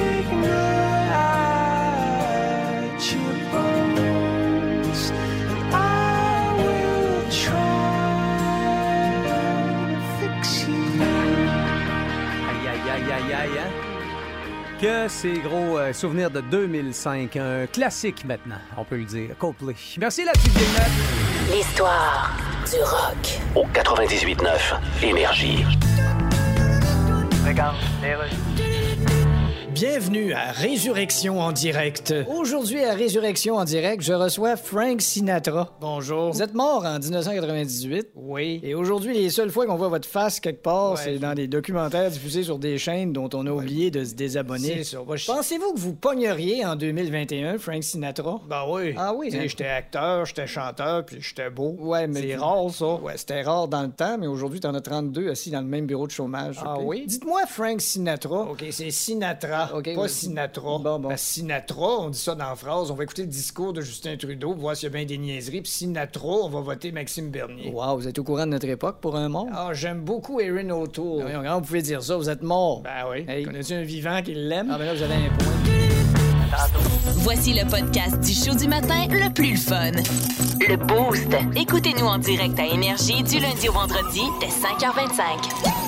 ignite your bones. And I will try to fix you. Aïe, aïe, aïe, aïe, aïe, hein? Que ces gros euh, souvenirs de deux mille cinq. Un classique maintenant, on peut le dire. Coldplay. Merci la petite Guillemette. L'histoire du rock. Au quatre-vingt-dix-huit neuf Énergie. Regarde, les rues. Bienvenue à Résurrection en direct. Aujourd'hui, à Résurrection en direct, je reçois Frank Sinatra. Bonjour. Vous êtes mort en dix-neuf cent quatre-vingt-dix-huit. Oui. Et aujourd'hui, les seules fois qu'on voit votre face quelque part, ouais, c'est je... dans des documentaires diffusés sur des chaînes dont on a ouais. oublié de se désabonner. C'est ça. Moi, je... Pensez-vous que vous pogneriez en deux mille vingt et un, Frank Sinatra? Ben oui. Ah oui? Hein? J'étais acteur, j'étais chanteur, puis j'étais beau. Ouais, mais... C'est rare, ça. Ouais, c'était rare dans le temps, mais aujourd'hui, t'en as trente-deux assis dans le même bureau de chômage. Ah okay? Oui? Dites-moi Frank Sinatra. OK, c'est Sinatra. Okay, pas oui. Sinatra. Bon, bon. Parce que Sinatra, on dit ça dans la phrase, on va écouter le discours de Justin Trudeau pour voir s'il y a bien des niaiseries. Puis Sinatra, on va voter Maxime Bernier. Wow, vous êtes au courant de notre époque pour un mort? Ah, j'aime beaucoup Erin O'Toole. Ben, comment vous pouvez dire ça? Vous êtes mort. Ben oui. Hey, connais-tu un vivant qui l'aime? Ah, ben là, vous avez un point. Voici le podcast du show du matin le plus fun. Le Boost. Écoutez-nous en direct à Énergie du lundi au vendredi dès cinq heures vingt-cinq.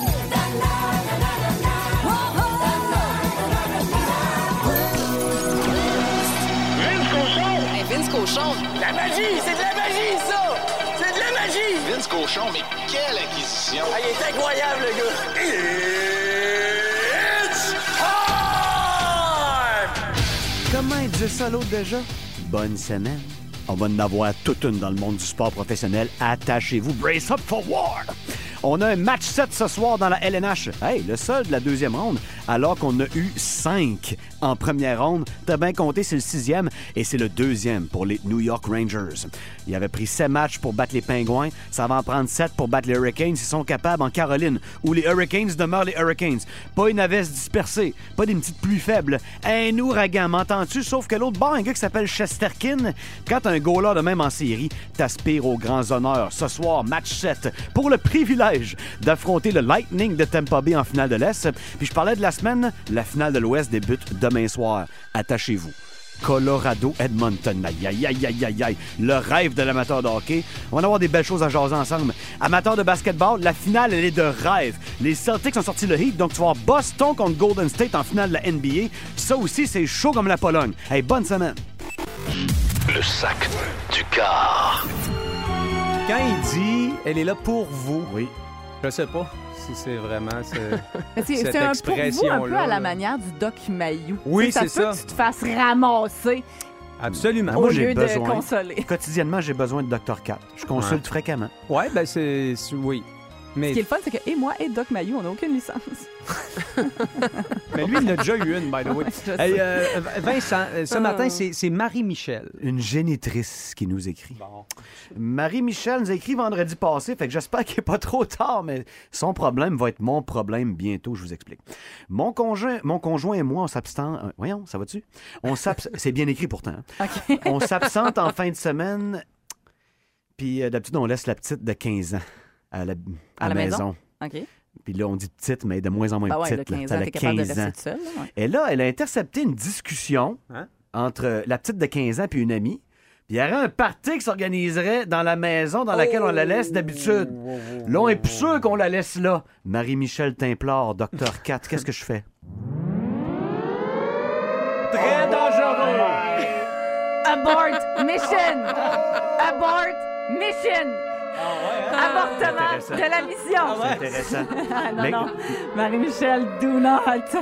Vince Cochon. La magie! C'est de la magie, ça! C'est de la magie! Vince Cochon, mais quelle acquisition! Ah, il est incroyable, le gars! It's time! Comment il disait ça l'autre déjà? Bonne semaine. On va en avoir toute une dans le monde du sport professionnel. Attachez-vous. Brace up for war! On a un match sept ce soir dans la L N H. Hey, le seul de la deuxième ronde, alors qu'on a eu cinq en première ronde. T'as bien compté, c'est le sixième et c'est le deuxième pour les New York Rangers. Il avait pris sept matchs pour battre les Pingouins. Ça va en prendre sept pour battre les Hurricanes. Ils sont capables en Caroline, où les Hurricanes demeurent les Hurricanes. Pas une averse dispersée, pas des petites pluies faibles. Un ouragan, m'entends-tu? Sauf que l'autre bord, un gars qui s'appelle Shesterkin. Quand t'as un goaler de même en série, t'aspires aux grands honneurs. Ce soir, match sept, pour le privilège d'affronter le Lightning de Tampa Bay en finale de l'Est. Puis je parlais de la semaine, la finale de l'Ouest débute demain soir. Attachez-vous. Colorado-Edmonton. Aïe, aïe, aïe, aïe, aïe, aïe. Le rêve de l'amateur de hockey. On va avoir des belles choses à jaser ensemble. Amateur de basketball, la finale, elle est de rêve. Les Celtics ont sorti le Heat, donc tu vas avoir Boston contre Golden State en finale de la N B A. Ça aussi, c'est chaud comme la Pologne. Hey, bonne semaine. Le sac du car. Quand il dit « Elle est là pour vous », oui. je sais pas. si c'est vraiment ce, C'est, cette c'est un, pour vous un peu expression-là. à la là. manière du Doc Mayou. Oui, Tu sais, c'est ça. peut ça. que tu te fasses ramasser Absolument. au Moi, j'ai lieu de besoin. consoler. Quotidiennement, j'ai besoin de docteur Cat. Je consulte Ouais. fréquemment. Ouais, ben c'est... c'est- Oui. Mais, Ce qui est le fun, c'est que et moi et Doc Mayou, on n'a aucune licence. mais lui, il en a déjà eu une, by the way. Je Hey, sais. euh, Vincent, euh, ce Ah. matin, c'est c'est Marie-Michel. Une génitrice qui nous écrit. Bon. Marie-Michel nous a écrit vendredi passé, fait que j'espère qu'il n'est pas trop tard, mais son problème va être mon problème bientôt, je vous explique. Mon conjoint, mon conjoint et moi, on s'abstente... euh, voyons, ça va-tu? On s'abs- C'est bien écrit pourtant. hein. OK. On s'absente en fin de semaine, puis euh, d'habitude, on laisse la petite de quinze ans à la, à À la maison. maison? OK. Puis là, on dit petite, mais de moins en moins Ben ouais, petite. le là. quinze Elle ans, a t'es capable de le quinze ans. laisser tout seul. là, ouais. Et là, elle a intercepté une discussion Hein? entre la petite de quinze ans puis une amie. Puis il y aurait un party qui s'organiserait dans la maison dans laquelle on la laisse d'habitude. Là, on est plus sûr qu'on la laisse là. Marie-Michel t'implore, docteur Cat, qu'est-ce que je fais? Très dangereux! Abort mission! Abort mission! Avortement intéressant. de la mission! C'est intéressant. Ah, non, Mais- non. Marie-Michel, do not!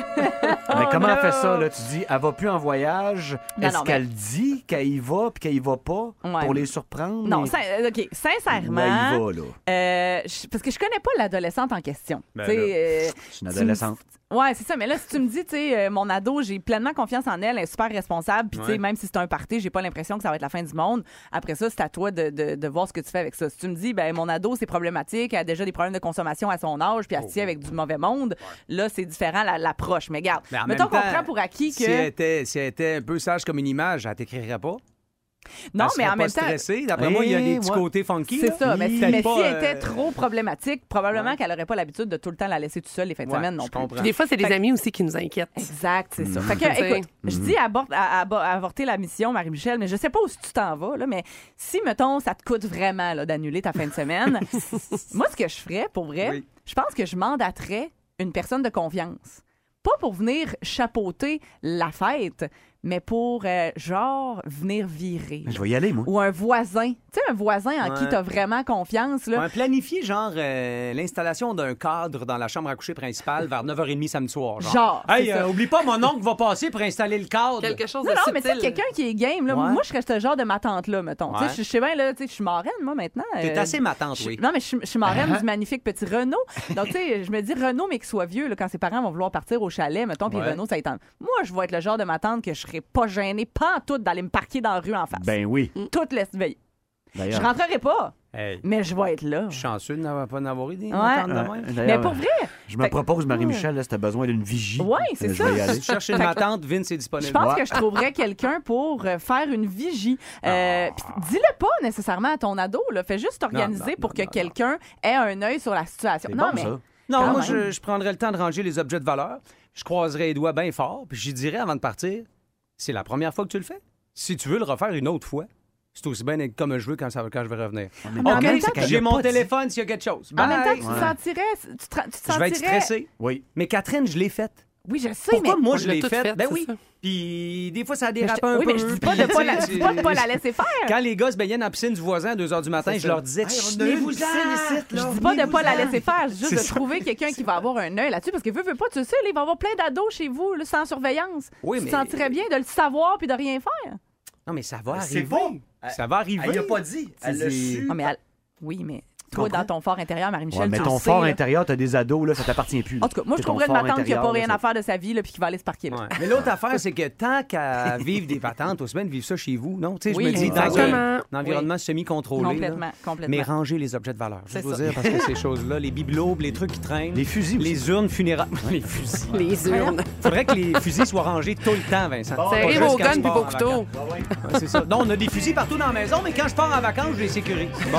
Mais comment elle fait ça, là? Tu dis, elle va plus en voyage. Non, Est-ce non, mais- qu'elle dit qu'elle y va puis qu'elle y va pas Ouais. pour les surprendre? Non, Mais- sin- euh, OK, sincèrement... Ouais, il va, là. euh, je- parce que je connais pas l'adolescente en question. Ben Tu sais, là, euh, C'est une tu adolescente. me- Ouais, c'est ça. Mais là, si tu me dis, tu sais, euh, mon ado, j'ai pleinement confiance en elle, elle est super responsable. Puis, tu sais, Ouais. même si c'est un party, j'ai pas l'impression que ça va être la fin du monde. Après ça, c'est à toi de, de, de voir ce que tu fais avec ça. Si tu me dis, ben mon ado, c'est problématique, elle a déjà des problèmes de consommation à son âge, puis elle se tient avec du mauvais monde, là, c'est différent la- l'approche. Mais regarde, Mais en mettons même qu'on temps, prend pour acquis que. Si elle, était, si elle était un peu sage comme une image, elle t'écrirait pas. non, Elle mais serait en pas même temps. stressée. D'après moi, il y a des petits ouais. côtés funky. C'est là. ça, mais, Peut-être mais pas, si elle était euh, trop problématique, probablement Ouais. qu'elle aurait pas l'habitude de tout le temps la laisser tout seule les fins de Ouais, semaine non je plus. comprends. Des fois, c'est les Fait- amis aussi qui nous inquiètent. Exact, c'est ça. Fait que, Tu sais. écoute, je dis abor- à- à- à- avorter la mission, Marie-Michel, mais je sais pas où tu t'en vas, là, mais si, mettons, ça te coûte vraiment là, d'annuler ta fin de semaine, moi, ce que je ferais, pour vrai, Oui. je pense que je mandaterais une personne de confiance. Pas pour venir chapeauter la fête, mais pour, euh, genre, venir virer. Je vais y aller, moi. Ou un voisin. Tu sais, un voisin en qui Ouais. tu as vraiment confiance, là. Ouais, planifier, genre, euh, l'installation d'un cadre dans la chambre à coucher principale vers neuf heures trente samedi soir. Genre, Genre, hey, c'est euh, ça. oublie pas, mon oncle va passer pour installer le cadre. Quelque chose Non, de non, mais tu sais, subtil. quelqu'un qui est game, là, Ouais. moi, je serais ce genre de ma tante-là, mettons. Tu sais, Ouais. Je je sais bien, là, tu sais, je suis marraine, moi, maintenant. T'es Euh, assez ma tante, je- oui. Non, mais je suis- je suis marraine du magnifique petit Renaud. Donc, tu sais, je me dis Renaud, mais qu'il soit vieux, là, quand ses parents vont vouloir partir au chalet, mettons, puis Ouais. Renaud, ça étend. Moi, je vais être le genre de ma tante que je serais pas gênée, pas en tout, d'aller me parquer dans la rue en face. Ben oui. Toute la veille. Je D'ailleurs. rentrerai pas, Hey, mais je vais être là. je suis chanceux de n'avoir pas n'avoir eu des Ouais. ententes de Ouais, même. Mais d'ailleurs, pour vrai, je me Fait- propose, Marie-Michel, là, si t'as besoin d'une vigie. Ouais, c'est euh, ça. Je vais y aller. Si tu cherches une ma tante, Vince est disponible. je pense Ouais. que je trouverais quelqu'un pour euh, faire une vigie. Euh, puis dis-le pas nécessairement à ton ado, là. Fais juste t'organiser Non, non, pour non, que non, quelqu'un ait un œil sur la situation. C'est Non, bon, mais ça. Non, Quand moi, même. je, je prendrais le temps de ranger les objets de valeur. Je croiserais les doigts bien fort, puis je dirais avant de partir, c'est la première fois que tu le fais. Si tu veux le refaire une autre fois, c'est aussi bien être comme je veux quand, ça, quand je vais revenir. mais en OK, même temps, qu'elle j'ai a mon pas dit. téléphone s'il y a quelque chose. en même temps, Bye. tu te Ouais. sentirais... Tu te, tu te Je vais être sentirais- stressé. Oui. Mais Catherine, je l'ai faite. Oui, je sais, Pourquoi mais... moi On je l'a l'ai toute faite? faite, Ben c'est oui. ça. Puis des fois, ça Mais dérape je- un oui, peu. mais je dis pas de puis, pas la, tu je sais, dis pas de pas la laisser faire. Quand les gars se baignaient dans la piscine du voisin à deux heures du matin, C'est je ça. leur disais, Hey, on a une tenez-vous piscine ici, Je là. dis pas de pas la laisser faire, je dis C'est juste de ça. trouver quelqu'un qui va avoir un œil là-dessus, parce que veux, veux pas, tu sais, là, il va y avoir plein d'ados chez vous, là, sans surveillance. Oui, tu mais- te sentirais bien de le savoir puis de rien faire. Non, mais ça va C'est arriver. bon. Ça va arriver. Elle l'a pas dit. Elle l'a C'est- su. Ah, mais elle- Oui, mais toi, comprends? dans ton fort intérieur, Marie-Michel, Ouais, mais tu ton le sais, fort là. intérieur, t'as des ados, là, ça t'appartient plus. là. En tout cas, moi, je C'est ton trouverais une fort ma tante qui a pas intérieur, rien là, à faire de sa vie, là, puis qui va aller se parquer là. Ouais. Mais l'autre affaire, c'est que tant qu'à vivre des patentes, aussi bien de vivre ça chez vous, non? Tu sais, Oui, je me dis, dans exactement. un, un environnement semi-contrôlé. Complètement, là, complètement. mais ranger les objets de valeur. Je C'est veux ça. dire, parce que ces choses-là, les bibelots, les trucs qui traînent, Les fusils aussi. les urnes funéraires. Les fusils. Les urnes. Faudrait que les fusils soient rangés tout le temps, Vincent. Ça Pas arrive juste aux quand guns tu puis pars aux en couteaux. vacances. Ouais, c'est ça. Non, on a des fusils partout dans la maison, mais quand je pars en vacances, je les sécurise. Bon.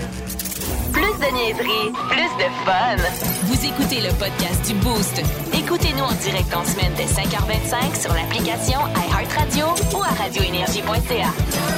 Plus de niaiserie, plus de fun. Vous écoutez le podcast du Boost. Écoutez-nous en direct en semaine dès cinq heures vingt-cinq sur l'application iHeartRadio ou à radio énergie point c a.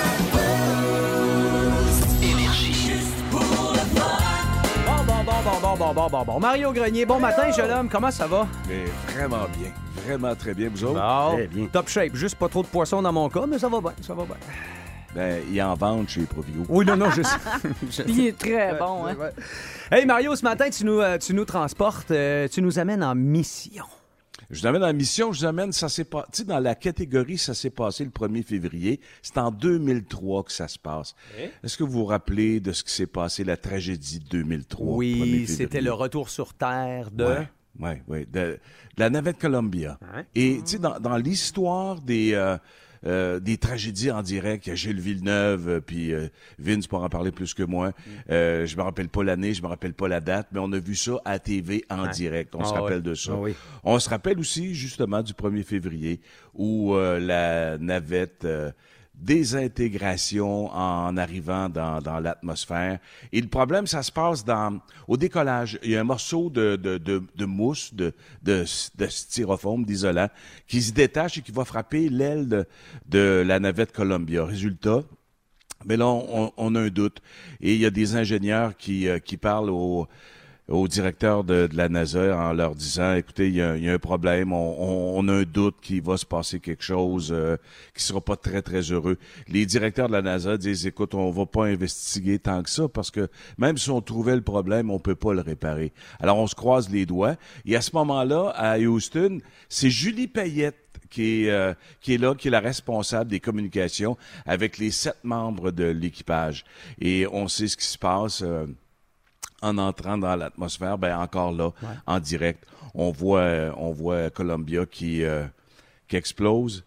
Bon, bon, bon, bon, bon, bon, bon, bon, bon. Mario Grenier, bon matin, jeune homme. Comment ça va? Mais vraiment bien. Vraiment très bien, vous autres. Bon. Très bien. Top shape. Juste pas trop de poissons dans mon cas, mais ça va bien. Ça va bien. Ben, ils en vendent chez Provio. Oui, non, non, je sais. Je Il sais. est très bon, hein? Ouais. Hey, Mario, ce matin, tu nous, euh, tu nous transportes, euh, tu nous amènes en mission. Je vous amène en mission, je vous amène, ça s'est pas, tu sais, dans la catégorie, ça s'est passé le premier février. C'est en deux mille trois que ça se passe. Eh? Est-ce que vous vous rappelez de ce qui s'est passé, la tragédie de deux mille trois? Oui, c'était le retour sur Terre de... Oui, oui, oui, de, de la navette Columbia. Hein? Et, tu sais, dans, dans l'histoire des... Euh, Euh, des tragédies en direct, il y a Gilles Villeneuve, euh, puis euh, Vince pourra en parler plus que moi. Euh, je me rappelle pas l'année, je me rappelle pas la date, mais on a vu ça à T V en Ouais. direct. On Ah se rappelle ouais. de ça. Ah oui. On se rappelle aussi, justement, du premier février, où euh, la navette... Euh, désintégration en arrivant dans, dans l'atmosphère. Et le problème, ça se passe dans au décollage. Il y a un morceau de, de, de, de mousse, de, de, de styrofoam, d'isolant, qui se détache et qui va frapper l'aile de, de la navette Columbia. Résultat, mais là, on, on a un doute. Et il y a des ingénieurs qui, euh, qui parlent au... au directeur de, de la NASA en leur disant, écoutez, il y a, il y a un problème, on, on, on a un doute qu'il va se passer quelque chose euh, qui sera pas très, très heureux. Les directeurs de la NASA disent, écoute, on va pas investiguer tant que ça parce que même si on trouvait le problème, on peut pas le réparer. Alors, on se croise les doigts. Et à ce moment-là, à Houston, c'est Julie Payette qui est, euh, qui est là, qui est la responsable des communications avec les sept membres de l'équipage. Et on sait ce qui se passe... Euh, en entrant dans l'atmosphère, ben encore là, ouais. en direct, on voit, on voit Columbia qui, euh, qui explose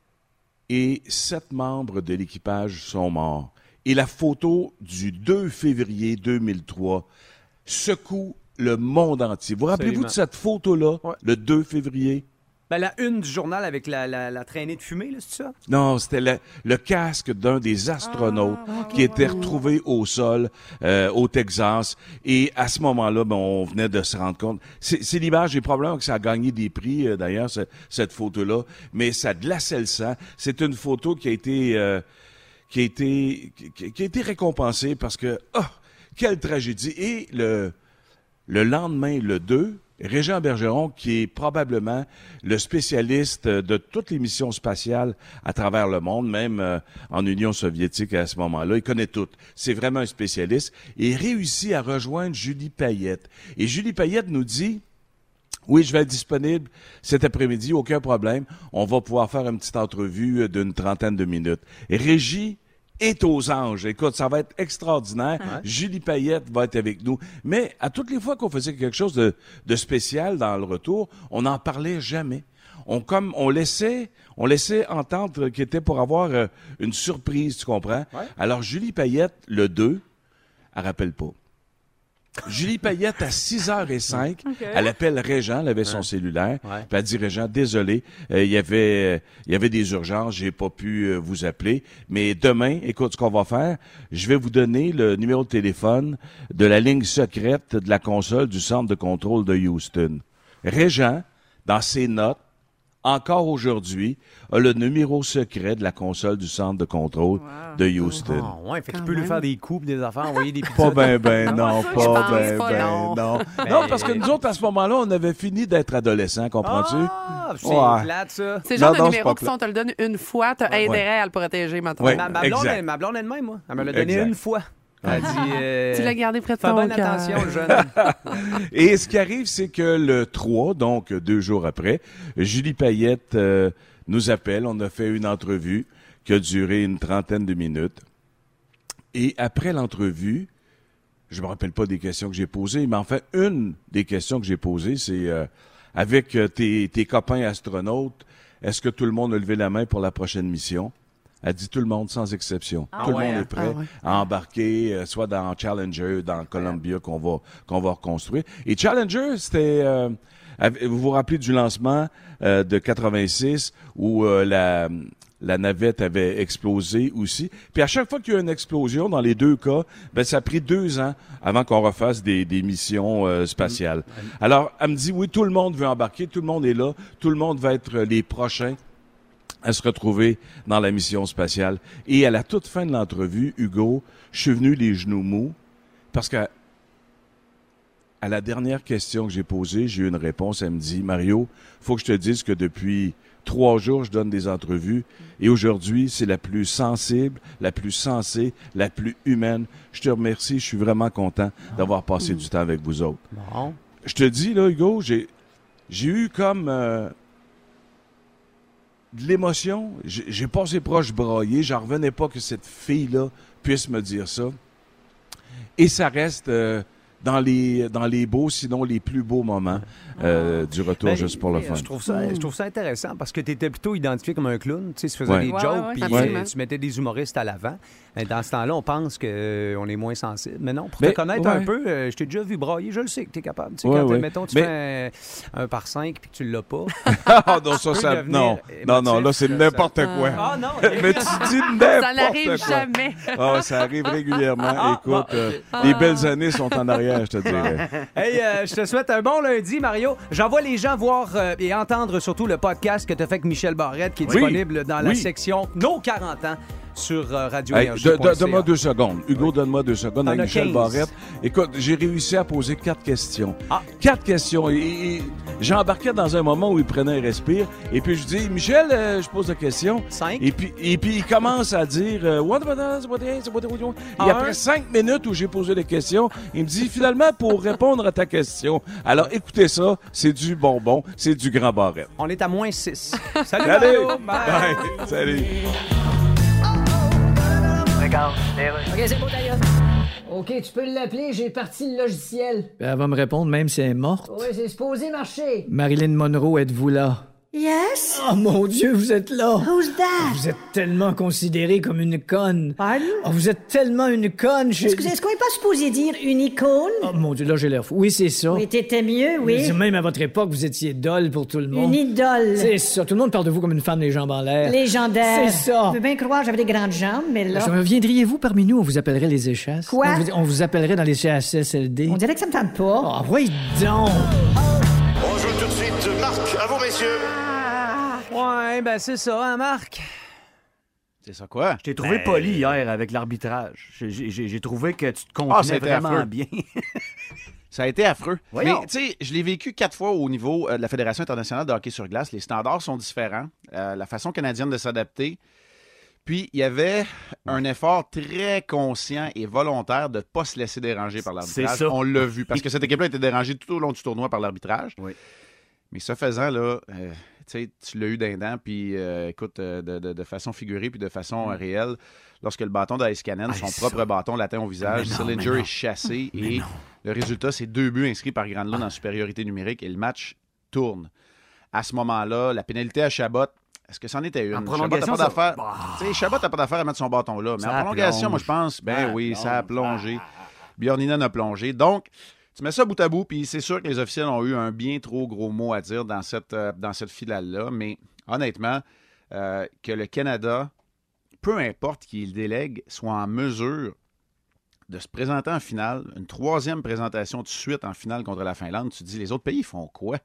et sept membres de l'équipage sont morts. Et la photo du deux février deux mille trois secoue le monde entier. Vous rappelez-vous de cette photo-là, ouais. le deux février? Ben, la une du journal avec la, la, la traînée de fumée, là, c'est ça? Non, c'était le, le casque d'un des astronautes ah, okay. qui était retrouvé au sol euh, au Texas. Et à ce moment-là, ben, on venait de se rendre compte. C'est, c'est l'image, et probablement que ça a gagné des prix, euh, d'ailleurs, ce, cette photo-là. Mais ça glaçait le sang. C'est une photo qui a été, euh, qui a été, qui, qui a été récompensée parce que, oh, quelle tragédie. Et le, le lendemain, le deux, Régent Bergeron, qui est probablement le spécialiste de toutes les missions spatiales à travers le monde, même euh, en Union soviétique à ce moment-là, il connaît tout. C'est vraiment un spécialiste. Et il réussit à rejoindre Julie Payette. Et Julie Payette nous dit, oui, je vais être disponible cet après-midi, aucun problème. On va pouvoir faire une petite entrevue d'une trentaine de minutes. Et Régie est aux anges. Écoute, ça va être extraordinaire. Ouais. Julie Payette va être avec nous. Mais à toutes les fois qu'on faisait quelque chose de, de spécial dans le retour, on n'en parlait jamais. On comme on laissait, on laissait entendre qu'il était pour avoir euh, une surprise, tu comprends? Ouais. Alors Julie Payette, le deux, elle rappelle pas. Julie Payette, à six heures cinq, okay. elle appelle Régent, elle avait son ouais. cellulaire, ouais. puis elle dit, Régent, désolé, il euh, y avait il y avait des urgences, j'ai pas pu euh, vous appeler, mais demain, écoute ce qu'on va faire, je vais vous donner le numéro de téléphone de la ligne secrète de la console du centre de contrôle de Houston. Régent, dans ses notes, encore aujourd'hui, a le numéro secret de la console du centre de contrôle wow. de Houston. Oh, ouais, fait qu'il peut lui faire des coups, des affaires, envoyer des pizzas. Pas ben, ben, non, pas ben, ben, non. Non, non parce que nous autres, à ce moment-là, on avait fini d'être adolescents, comprends-tu? Ah, c'est ouais. plate, ça. C'est le genre non, de numéro que si on te le donne une fois, t'as ouais. intérêt à le protéger, maintenant. Ouais, ma, ma, blonde, elle, ma blonde elle-même, moi. Elle me l'a donné exact. une fois. Elle dit, euh, tu l'as gardé près de ton cœur. Fais bonne attention, le jeune. Et ce qui arrive, c'est que le trois, donc deux jours après, Julie Payette euh, nous appelle. On a fait une entrevue qui a duré une trentaine de minutes. Et après l'entrevue, je me rappelle pas des questions que j'ai posées, mais en fait, une des questions que j'ai posées, c'est euh, avec tes, tes copains astronautes, est-ce que tout le monde a levé la main pour la prochaine mission? Elle dit tout le monde, sans exception. Ah tout ouais, le monde hein? est prêt ah ouais. à embarquer, euh, soit dans Challenger, dans Columbia, qu'on va qu'on va reconstruire. Et Challenger, c'était... Euh, vous vous rappelez du lancement euh, de quatre-vingt-six, où euh, la... La navette avait explosé aussi. Puis à chaque fois qu'il y a une explosion, dans les deux cas, ben ça a pris deux ans avant qu'on refasse des, des missions euh, spatiales. Mmh. Alors, elle me dit, oui, tout le monde veut embarquer, tout le monde est là, tout le monde va être les prochains à se retrouver dans la mission spatiale. Et à la toute fin de l'entrevue, Hugo, je suis venu les genoux mous parce que à la dernière question que j'ai posée, j'ai eu une réponse. Elle me dit, Mario, faut que je te dise que depuis trois jours, je donne des entrevues. Et aujourd'hui, c'est la plus sensible, la plus sensée, la plus humaine. Je te remercie. Je suis vraiment content d'avoir passé du temps avec vous autres. Bon. Je te dis, là, Hugo, j'ai, j'ai eu comme euh, de l'émotion. J'ai, j'ai passé proche brailler. J'en revenais pas que cette fille-là puisse me dire ça. Et ça reste euh, dans les dans les beaux, sinon les plus beaux moments euh, du retour Ben, juste pour le fun. Je trouve ça, je trouve ça intéressant parce que tu étais plutôt identifié comme un clown. Tu sais, tu faisais Ouais. des Ouais, jokes ouais, puis ouais, euh, tu mettais des humoristes à l'avant. Mais dans ce temps-là, on pense qu'on est moins sensible. Mais non, pour Ben, te connaître ouais. un peu, euh, je t'ai déjà vu brailler, je le sais que tu es capable. Tu sais, Ouais, quand, ouais. mettons, tu Mais- fais un, un par cinq puis que tu l'as pas. Ah non, ça, Tu peux ça, devenir non, non, non, là, c'est émotif, n'importe ça. quoi. Ah non, Mais tu dis n'importe Ça n'arrive quoi. jamais. Ah, ça arrive régulièrement. Ah, Écoute, bon, euh, ok. les belles années sont en arrière, je te dirais. Hey, euh, je te souhaite un bon lundi, Mario. J'envoie les gens voir euh, et entendre surtout le podcast que tu as fait avec Michel Barrette qui est Oui. disponible dans la Oui. section Nos quarante ans sur euh, radio Hey, énergie de- point de- c a. donne-moi deux secondes. Hugo, donne-moi deux secondes T'en avec as Michel quinze. Barrette. Écoute, j'ai réussi à poser quatre questions. Ah. Quatre questions. Et, et- et j'embarquais dans un moment où il prenait un respire. Et puis je dis, Michel, euh, je pose la question. Cinq. Et puis, et puis il commence à dire, euh, what about us, what is, what is, what is. Et Un. après cinq minutes où j'ai posé les questions, il me dit, finalement, pour répondre à ta question. Alors écoutez ça, c'est du bonbon, c'est du grand Barrette. On est à moins six. Salut, Salut! Mario. Bye. Bye. Salut! OK, c'est beau, d'ailleurs. OK, tu peux l'appeler, j'ai parti le logiciel. Elle va me répondre même si elle est morte. Oui, c'est supposé marcher. Marilyn Monroe, êtes-vous là? Yes? Oh mon Dieu, vous êtes là! Who's that? Vous êtes tellement considérée comme une conne. Pardon? Oh, vous êtes tellement une conne. Je... Excusez, est-ce qu'on n'est pas supposé dire une icône? Oh mon Dieu, là j'ai l'air fou. Oui, c'est ça. Oui, t'étais mieux, oui. Même à votre époque, vous étiez dolle pour tout le monde. Une idole. C'est ça. Tout le monde parle de vous comme une femme les jambes en l'air. Légendaire. C'est ça. Je veux bien croire que j'avais des grandes jambes, mais là... Viendriez-vous parmi nous? On vous appellerait les échasses. Quoi? On vous, on vous appellerait dans les C H S L D. On dirait que ça me tente pas. Ah oui, donc! On joue tout de suite. Marc, à vous, messieurs. Ouais, ben c'est ça, hein, Marc? C'est ça quoi? Je t'ai trouvé Ben- poli hier avec l'arbitrage. J'ai- J'ai j'ai trouvé que tu te Ah, contenais ça a été vraiment affreux. bien. Ça a été affreux. Voyons. Mais, tu sais, je l'ai vécu quatre fois au niveau euh, de la Fédération internationale de hockey sur glace. Les standards sont différents. Euh, la façon canadienne de s'adapter. Puis, il y avait un effort très conscient et volontaire de ne pas se laisser déranger par l'arbitrage. C'est ça. On l'a vu. Parce que cette équipe-là a été dérangée tout au long du tournoi par l'arbitrage. Oui. Mais ce faisant, là, euh, tu sais, tu l'as eu d'un dent, puis euh, écoute, euh, de, de- de façon figurée, puis de façon euh, réelle, lorsque le bâton d'Icecanen, son ça. propre bâton l'atteint au visage, Mais non, Sillinger mais non. est chassé, Mais et non. le résultat, c'est deux buts inscrits par Granlund en supériorité numérique, et le match tourne. À ce moment-là, la pénalité à Chabot, est-ce que c'en était une? En Chabot prolongation, n'a pas ça- d'affaire. Bah. Tu sais, Chabot n'a pas d'affaire à mettre son bâton là. Mais Ça en prolongation, plonge. moi, je pense, ben Ça oui, ça a plonge. plongé. Bjorninen a plongé. Donc, tu mets ça bout à bout, puis c'est sûr que les officiels ont eu un bien trop gros mot à dire dans cette, euh, dans cette finale-là. Mais honnêtement, euh, que le Canada, peu importe qui le délègue, soit en mesure de se présenter en finale, une troisième présentation de suite en finale contre la Finlande, tu te dis, les autres pays font quoi?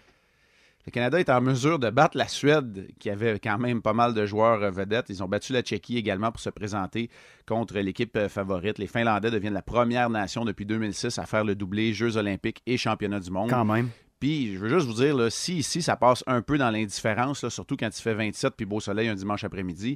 Le Canada est en mesure de battre la Suède, qui avait quand même pas mal de joueurs euh, vedettes. Ils ont battu la Tchéquie également pour se présenter contre l'équipe euh, favorite. Les Finlandais deviennent la première nation depuis deux mille six à faire le doublé Jeux olympiques et championnat du monde. Quand même. Puis, je veux juste vous dire, là, si ici, ça passe un peu dans l'indifférence, là, surtout quand il fait vingt-sept puis beau soleil un dimanche après-midi,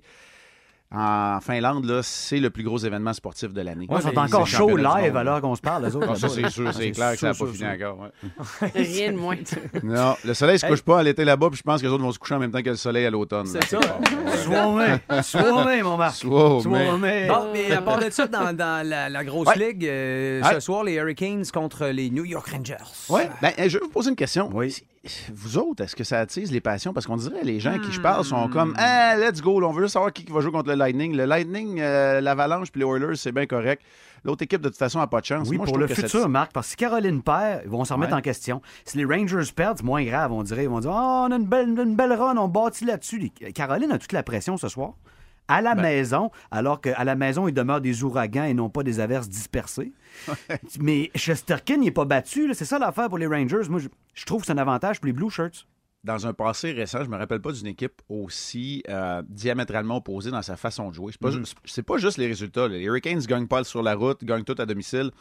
en Finlande, là, c'est le plus gros événement sportif de l'année. Ouais, ils sont C'est encore le chauds championnat du live monde. alors qu'on se parle, les autres. Ah, ça, là-bas, c'est là. sûr, c'est Ah, clair que ça n'a sûr, pas sûr, fini sûr. encore. ouais. Rien de moins. Non, le soleil se couche pas à l'été là-bas, puis je pense que les autres vont se coucher en même temps que le soleil à l'automne. C'est ça. Sois-mai. Sois-mai, mon Marc. Sois-mai. Sois-mai. Bon, mais à part de ça, dans, dans la, la grosse Ouais. ligue, euh, Ouais. ce soir, les Hurricanes contre les New York Rangers. Oui, ben, je vais vous poser une question. Oui. Vous autres, est-ce que ça attise les passions? Parce qu'on dirait les gens à qui je parle sont comme « Ah, let's go, là, on veut juste savoir qui qui va jouer contre le Lightning. » Le Lightning, euh, l'Avalanche puis les Oilers, c'est bien correct. L'autre équipe, de toute façon, n'a pas de chance. Oui, Moi, je pour le trouve que futur, ça- Marc, parce que si Caroline perd, ils vont s'en remettre Ouais. en question. Si les Rangers perdent, c'est moins grave, on dirait. Ils vont dire « Oh, on a une belle, une belle run, on bâtit là-dessus. Les- » Caroline a toute la pression ce soir. À la Ben. maison, alors qu'à la maison, il demeure des ouragans et non pas des averses dispersées. Mais Shesterkin, il n'est pas battu. là. C'est ça l'affaire pour les Rangers. Moi, je, je trouve que c'est un avantage pour les Blue Shirts. Dans un passé récent, je me rappelle pas d'une équipe aussi euh, diamétralement opposée dans sa façon de jouer. C'est pas, Mhm. ju- c'est pas juste les résultats. là. Les Hurricanes gagnent pas sur la route, gagnent tout à domicile.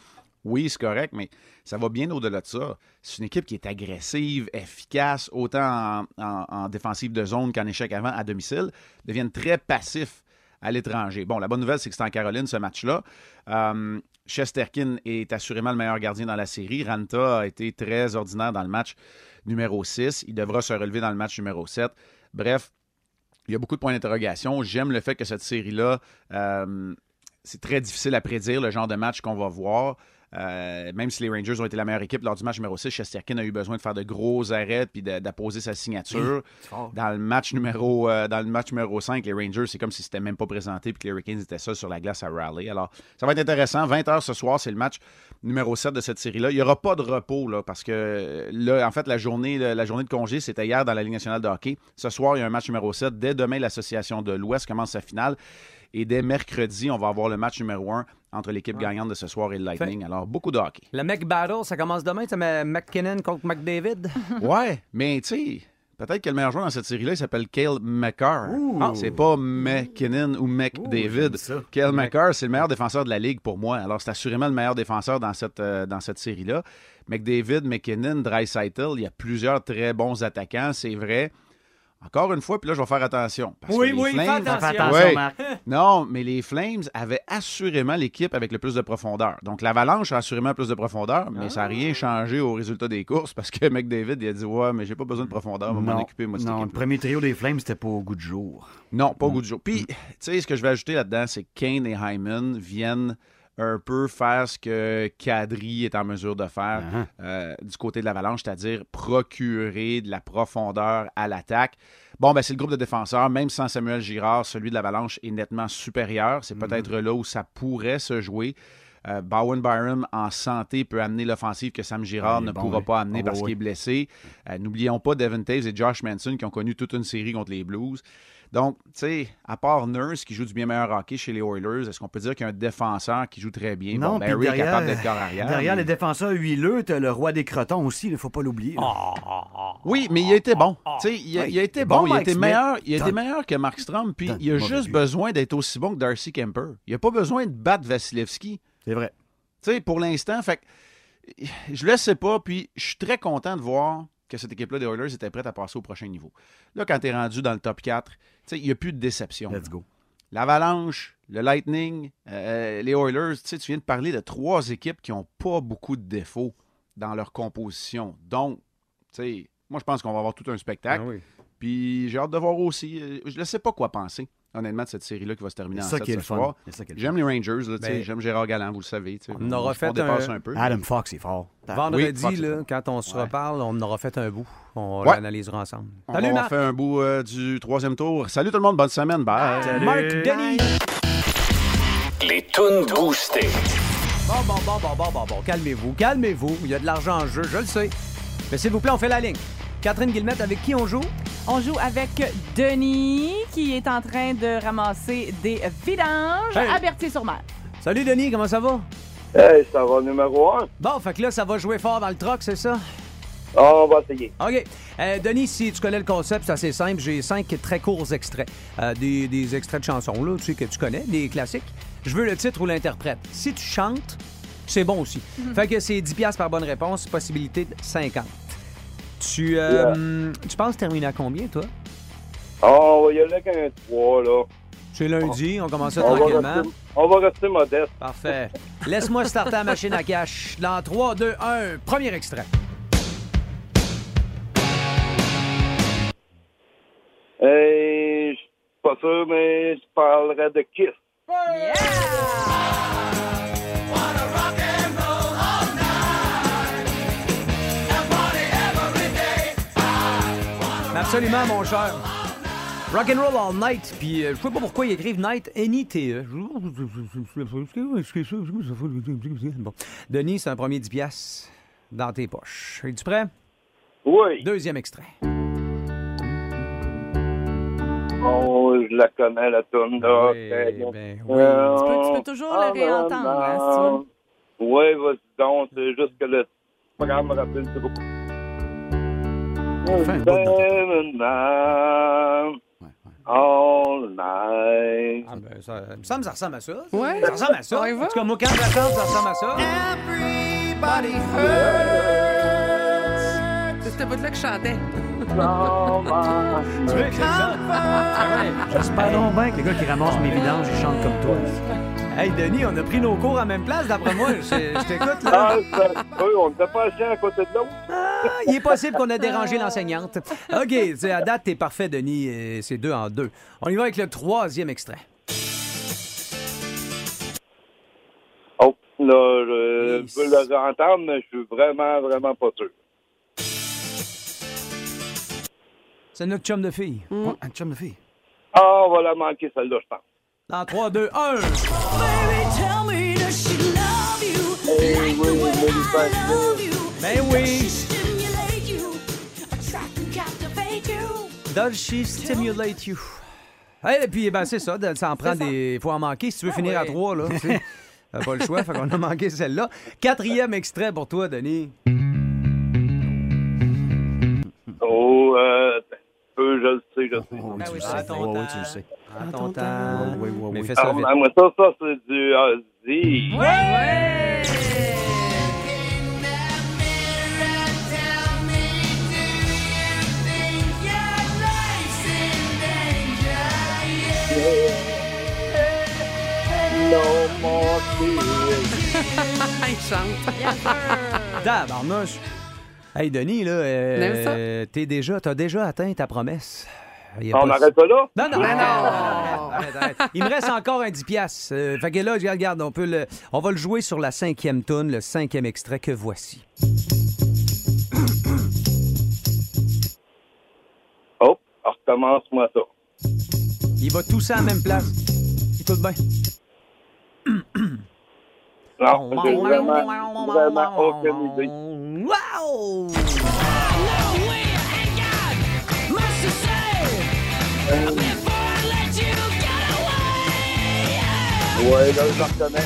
oui, c'est correct, mais ça va bien au-delà de ça. C'est une équipe qui est agressive, efficace, autant en, en, en défensive de zone qu'en échec avant à domicile, deviennent très passifs à l'étranger. Bon, la bonne nouvelle, c'est que c'est en Caroline, ce match-là. Um, Shesterkin est assurément le meilleur gardien dans la série. Ranta a été très ordinaire dans le match numéro six. Il devra se relever dans le match numéro sept. Bref, il y a beaucoup de points d'interrogation. J'aime le fait que cette série-là, euh, c'est très difficile à prédire le genre de match qu'on va voir. Euh, même si les Rangers ont été la meilleure équipe lors du match numéro six, Shesterkin a eu besoin de faire de gros arrêts puis d'apposer sa signature. Oui, dans le match numéro euh, dans le match numéro cinq, les Rangers, c'est comme si c'était même pas présenté puis que les Hurricanes étaient seuls sur la glace à Raleigh. Alors, ça va être intéressant. vingt heures ce soir, c'est le match numéro sept de cette série-là. Il n'y aura pas de repos là, parce que là, en fait, la journée, la journée de congé, c'était hier dans la Ligue nationale de hockey. Ce soir, il y a un match numéro sept. Dès demain, l'Association de l'Ouest commence sa finale. Et dès mercredi, on va avoir le match numéro un entre l'équipe ouais. gagnante de ce soir et le Lightning. Fait, alors, beaucoup de hockey. Le Mc Battle, ça commence demain. C'est McKinnon contre McDavid. Ouais, mais tu sais, peut-être que le meilleur joueur dans cette série-là, il s'appelle Cale Makar. Ah, c'est pas McKinnon ou McDavid. Cale Makar, c'est le meilleur défenseur de la Ligue pour moi. Alors, c'est assurément le meilleur défenseur dans cette, euh, dans cette série-là. McDavid, McKinnon, Draisaitl, il y a plusieurs très bons attaquants, c'est vrai. Encore une fois, puis là, je vais faire attention. Parce oui, que les oui, Flames, fais attention, ouais, Marc. Non, mais les Flames avaient assurément l'équipe avec le plus de profondeur. Donc, l'Avalanche a assurément plus de profondeur, mais ah. ça n'a rien changé au résultat des courses parce que McDavid, il a dit « Ouais, mais j'ai pas besoin de profondeur, on va m'en occuper, moi, de cette Non, équipe-là. » le premier trio des Flames, c'était pas au goût du jour. Non, pas au goût du jour. Puis, tu sais, ce que je vais ajouter là-dedans, c'est que Kane et Hyman viennent un peu faire ce que Kadri est en mesure de faire uh-huh. euh, du côté de l'Avalanche, c'est-à-dire procurer de la profondeur à l'attaque. Bon, ben c'est le groupe de défenseurs. Même sans Samuel Girard, celui de l'Avalanche est nettement supérieur. C'est mm-hmm. peut-être là où ça pourrait se jouer. Euh, Bowen Byram, en santé, peut amener l'offensive que Sam Girard ouais, ne bon, pourra oui. pas amener oh, parce oui. qu'il est blessé. Euh, n'oublions pas Devin Taves et Josh Manson qui ont connu toute une série contre les Blues. Donc, tu sais, à part Nurse qui joue du bien meilleur hockey chez les Oilers, est-ce qu'on peut dire qu'il y a un défenseur qui joue très bien? Non, bon, Barry derrière, est capable d'être corps arrière. Derrière mais... les défenseurs huileux, t'as le roi des crotons aussi, il ne faut pas l'oublier. Oh, oui, mais il a été bon. Tu sais, il, a, il a été bon. bon il a été meilleur, il a été meilleur que Mark Strom, puis il a juste besoin d'être aussi bon que Darcy Kemper. Il n'a pas besoin de battre Vasilevski. C'est vrai. Tu sais, pour l'instant, fait je le sais pas, puis je suis très content de voir que cette équipe-là des Oilers était prête à passer au prochain niveau. Là, quand tu es rendu dans le top quatre, il n'y a plus de déception. Let's go. L'Avalanche, le Lightning, euh, les Oilers, tu viens de parler de trois équipes qui n'ont pas beaucoup de défauts dans leur composition. Donc, moi, je pense qu'on va avoir tout un spectacle. Ah oui. Puis j'ai hâte de voir aussi. Je ne sais pas quoi penser, honnêtement, de cette série-là qui va se terminer en sept ce soir. J'aime les Rangers, là, ben, j'aime Gérard Galland, vous le savez. On aura fait on dépasse un... un peu. Adam Fox est fort. Vendredi, oui, là, quand on se ouais. reparle, on aura fait un bout. On ouais. l'analysera ensemble. On Salut, aura Marc. fait un bout euh, du troisième tour. Salut tout le monde, bonne semaine. Bye. Salut. Marc Denis. Les tunes boostées. Bon, bon, bon, bon, bon, bon, bon. Calmez-vous, calmez-vous. Il y a de l'argent en jeu, je le sais. Mais s'il vous plaît, on fait la ligne. Catherine Guillemette, avec qui on joue? On joue avec Denis, qui est en train de ramasser des vidanges hey. à Berthier-sur-Mer. Salut, Denis, comment ça va? Hey, ça va numéro un. Bon, fait que là, ça va jouer fort dans le truck, c'est ça? Oh, on va essayer. OK. Euh, Denis, si tu connais le concept, c'est assez simple. J'ai cinq très courts extraits. Euh, des, des extraits de chansons, là, tu sais, que tu connais, des classiques. Je veux le titre ou l'interprète. Si tu chantes, c'est bon aussi. Mm-hmm. Fait que c'est dix dollars par bonne réponse, possibilité de cinquante. Tu, euh, yeah. tu penses terminer à combien, toi? Oh, on va y aller avec un trois, là. C'est lundi, on commence ça on tranquillement. Va rester, on va rester modeste. Parfait. Laisse-moi starter la machine à cash. Dans trois, deux, un, premier extrait. Hey, je suis pas sûr, mais je parlerai de Kiss. Yeah! Absolument, mon cher. Rock'n'roll all night. Puis, euh, je sais pas pourquoi ils écrivent night, N-I-T-E. Bon. Denis, c'est un premier dix dollars dans tes poches. Es-tu prêt? Oui. Deuxième extrait. Oh, je la connais, la toune, là. Oui, ben, oui. Euh, tu, peux, tu peux toujours le réentendre, hein, si tu veux. Oui, vas-y donc. C'est juste que le programme me rappelle trop. Enfin, all night. Ah ben, ça, ça me semble à ça. Ouais. Ça ressemble à ça. En tout cas, moi, quand j'attends, ça ressemble à ça. Nobody hurts. C'est ce bout-là que je chantais. Tu veux que j'espère donc bien que les gars qui ramassent mes vidanges, ils chantent comme toi. Hey, Denis, on a pris nos cours à la même place, d'après moi. Je, je t'écoute, là. Ah, ça, oui, on n'était pas assis à côté de l'autre. Ah, il est possible qu'on ait dérangé l'enseignante. OK, c'est à date, t'es parfait, Denis. et C'est deux en deux. On y va avec le troisième extrait. Oh, là, je veux le entendre, mais je suis vraiment, vraiment pas sûr. C'est notre chum de fille. Mm. Oh, un chum de fille. Ah, on va la manquer, celle-là, je pense. Dans trois, deux, un. Eh oui, Ben oui. Does she stimulate you? Et puis, ben, c'est ça, ça en prend des... faut en manquer si tu veux Ah finir ouais. à trois, là. Tu sais. T'as pas le choix, fait qu'on a manqué celle-là. Quatrième extrait pour toi, Denis. Oh, euh, peu, je le sais, je le sais. Oh, Ben tu oui, le à sais. ton Oh, oui, temps. tu le sais. À ton temps. Oui, oui, Mais oui. fais ça Ah, vite. moi, ça, ça, c'est du Ozzy. Ouais! No more tears. Il chante. Tabarnouche. Hey, Denis, là, euh, t'es déjà, t'as déjà atteint ta promesse. Il y a On pas- arrête ça là? Non, non, Mais arrête, non. arrête, arrête, arrête. Il me reste encore un dix piastres. Euh, fait que là, je regarde, on peut le, on va le jouer sur la cinquième toune, le cinquième extrait que voici. Oh, recommence-moi ça. Il va tousser à la même place. Écoute bien. Non, j'ai vraiment, vraiment aucune idée. Wow! Ouais, là, je reconnais.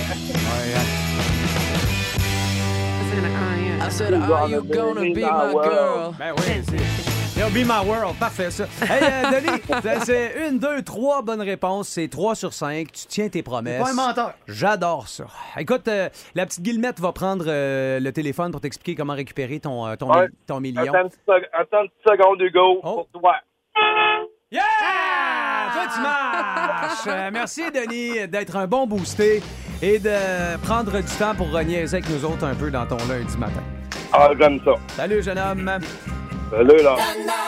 I said, are you gonna be my girl? Ben oui, c'est... It'll be my world. Parfait, ça. Hey, euh, Denis, c'est- c'est une, deux, trois bonnes réponses. C'est trois sur cinq. Tu tiens tes promesses. Pas un menteur. J'adore ça. Écoute, euh, la petite Guillemette va prendre euh, le téléphone pour t'expliquer comment récupérer ton, euh, ton, Ouais. mi- ton million. Attends une, sec- attends une seconde, Hugo, Oh. pour toi. Yeah! Toi, tu marches! Euh, merci, Denis, d'être un bon boosté et de prendre du temps pour niaiser avec nous autres un peu dans ton lundi matin. Ah, j'aime ça. Salut, jeune homme. Salut, là.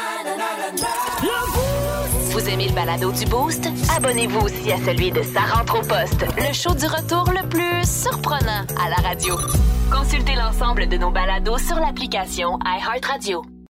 Vous aimez le balado du Boost? Abonnez-vous aussi à celui de Sa rentre au poste, le show du retour le plus surprenant à la radio. Consultez l'ensemble de nos balados sur l'application iHeartRadio.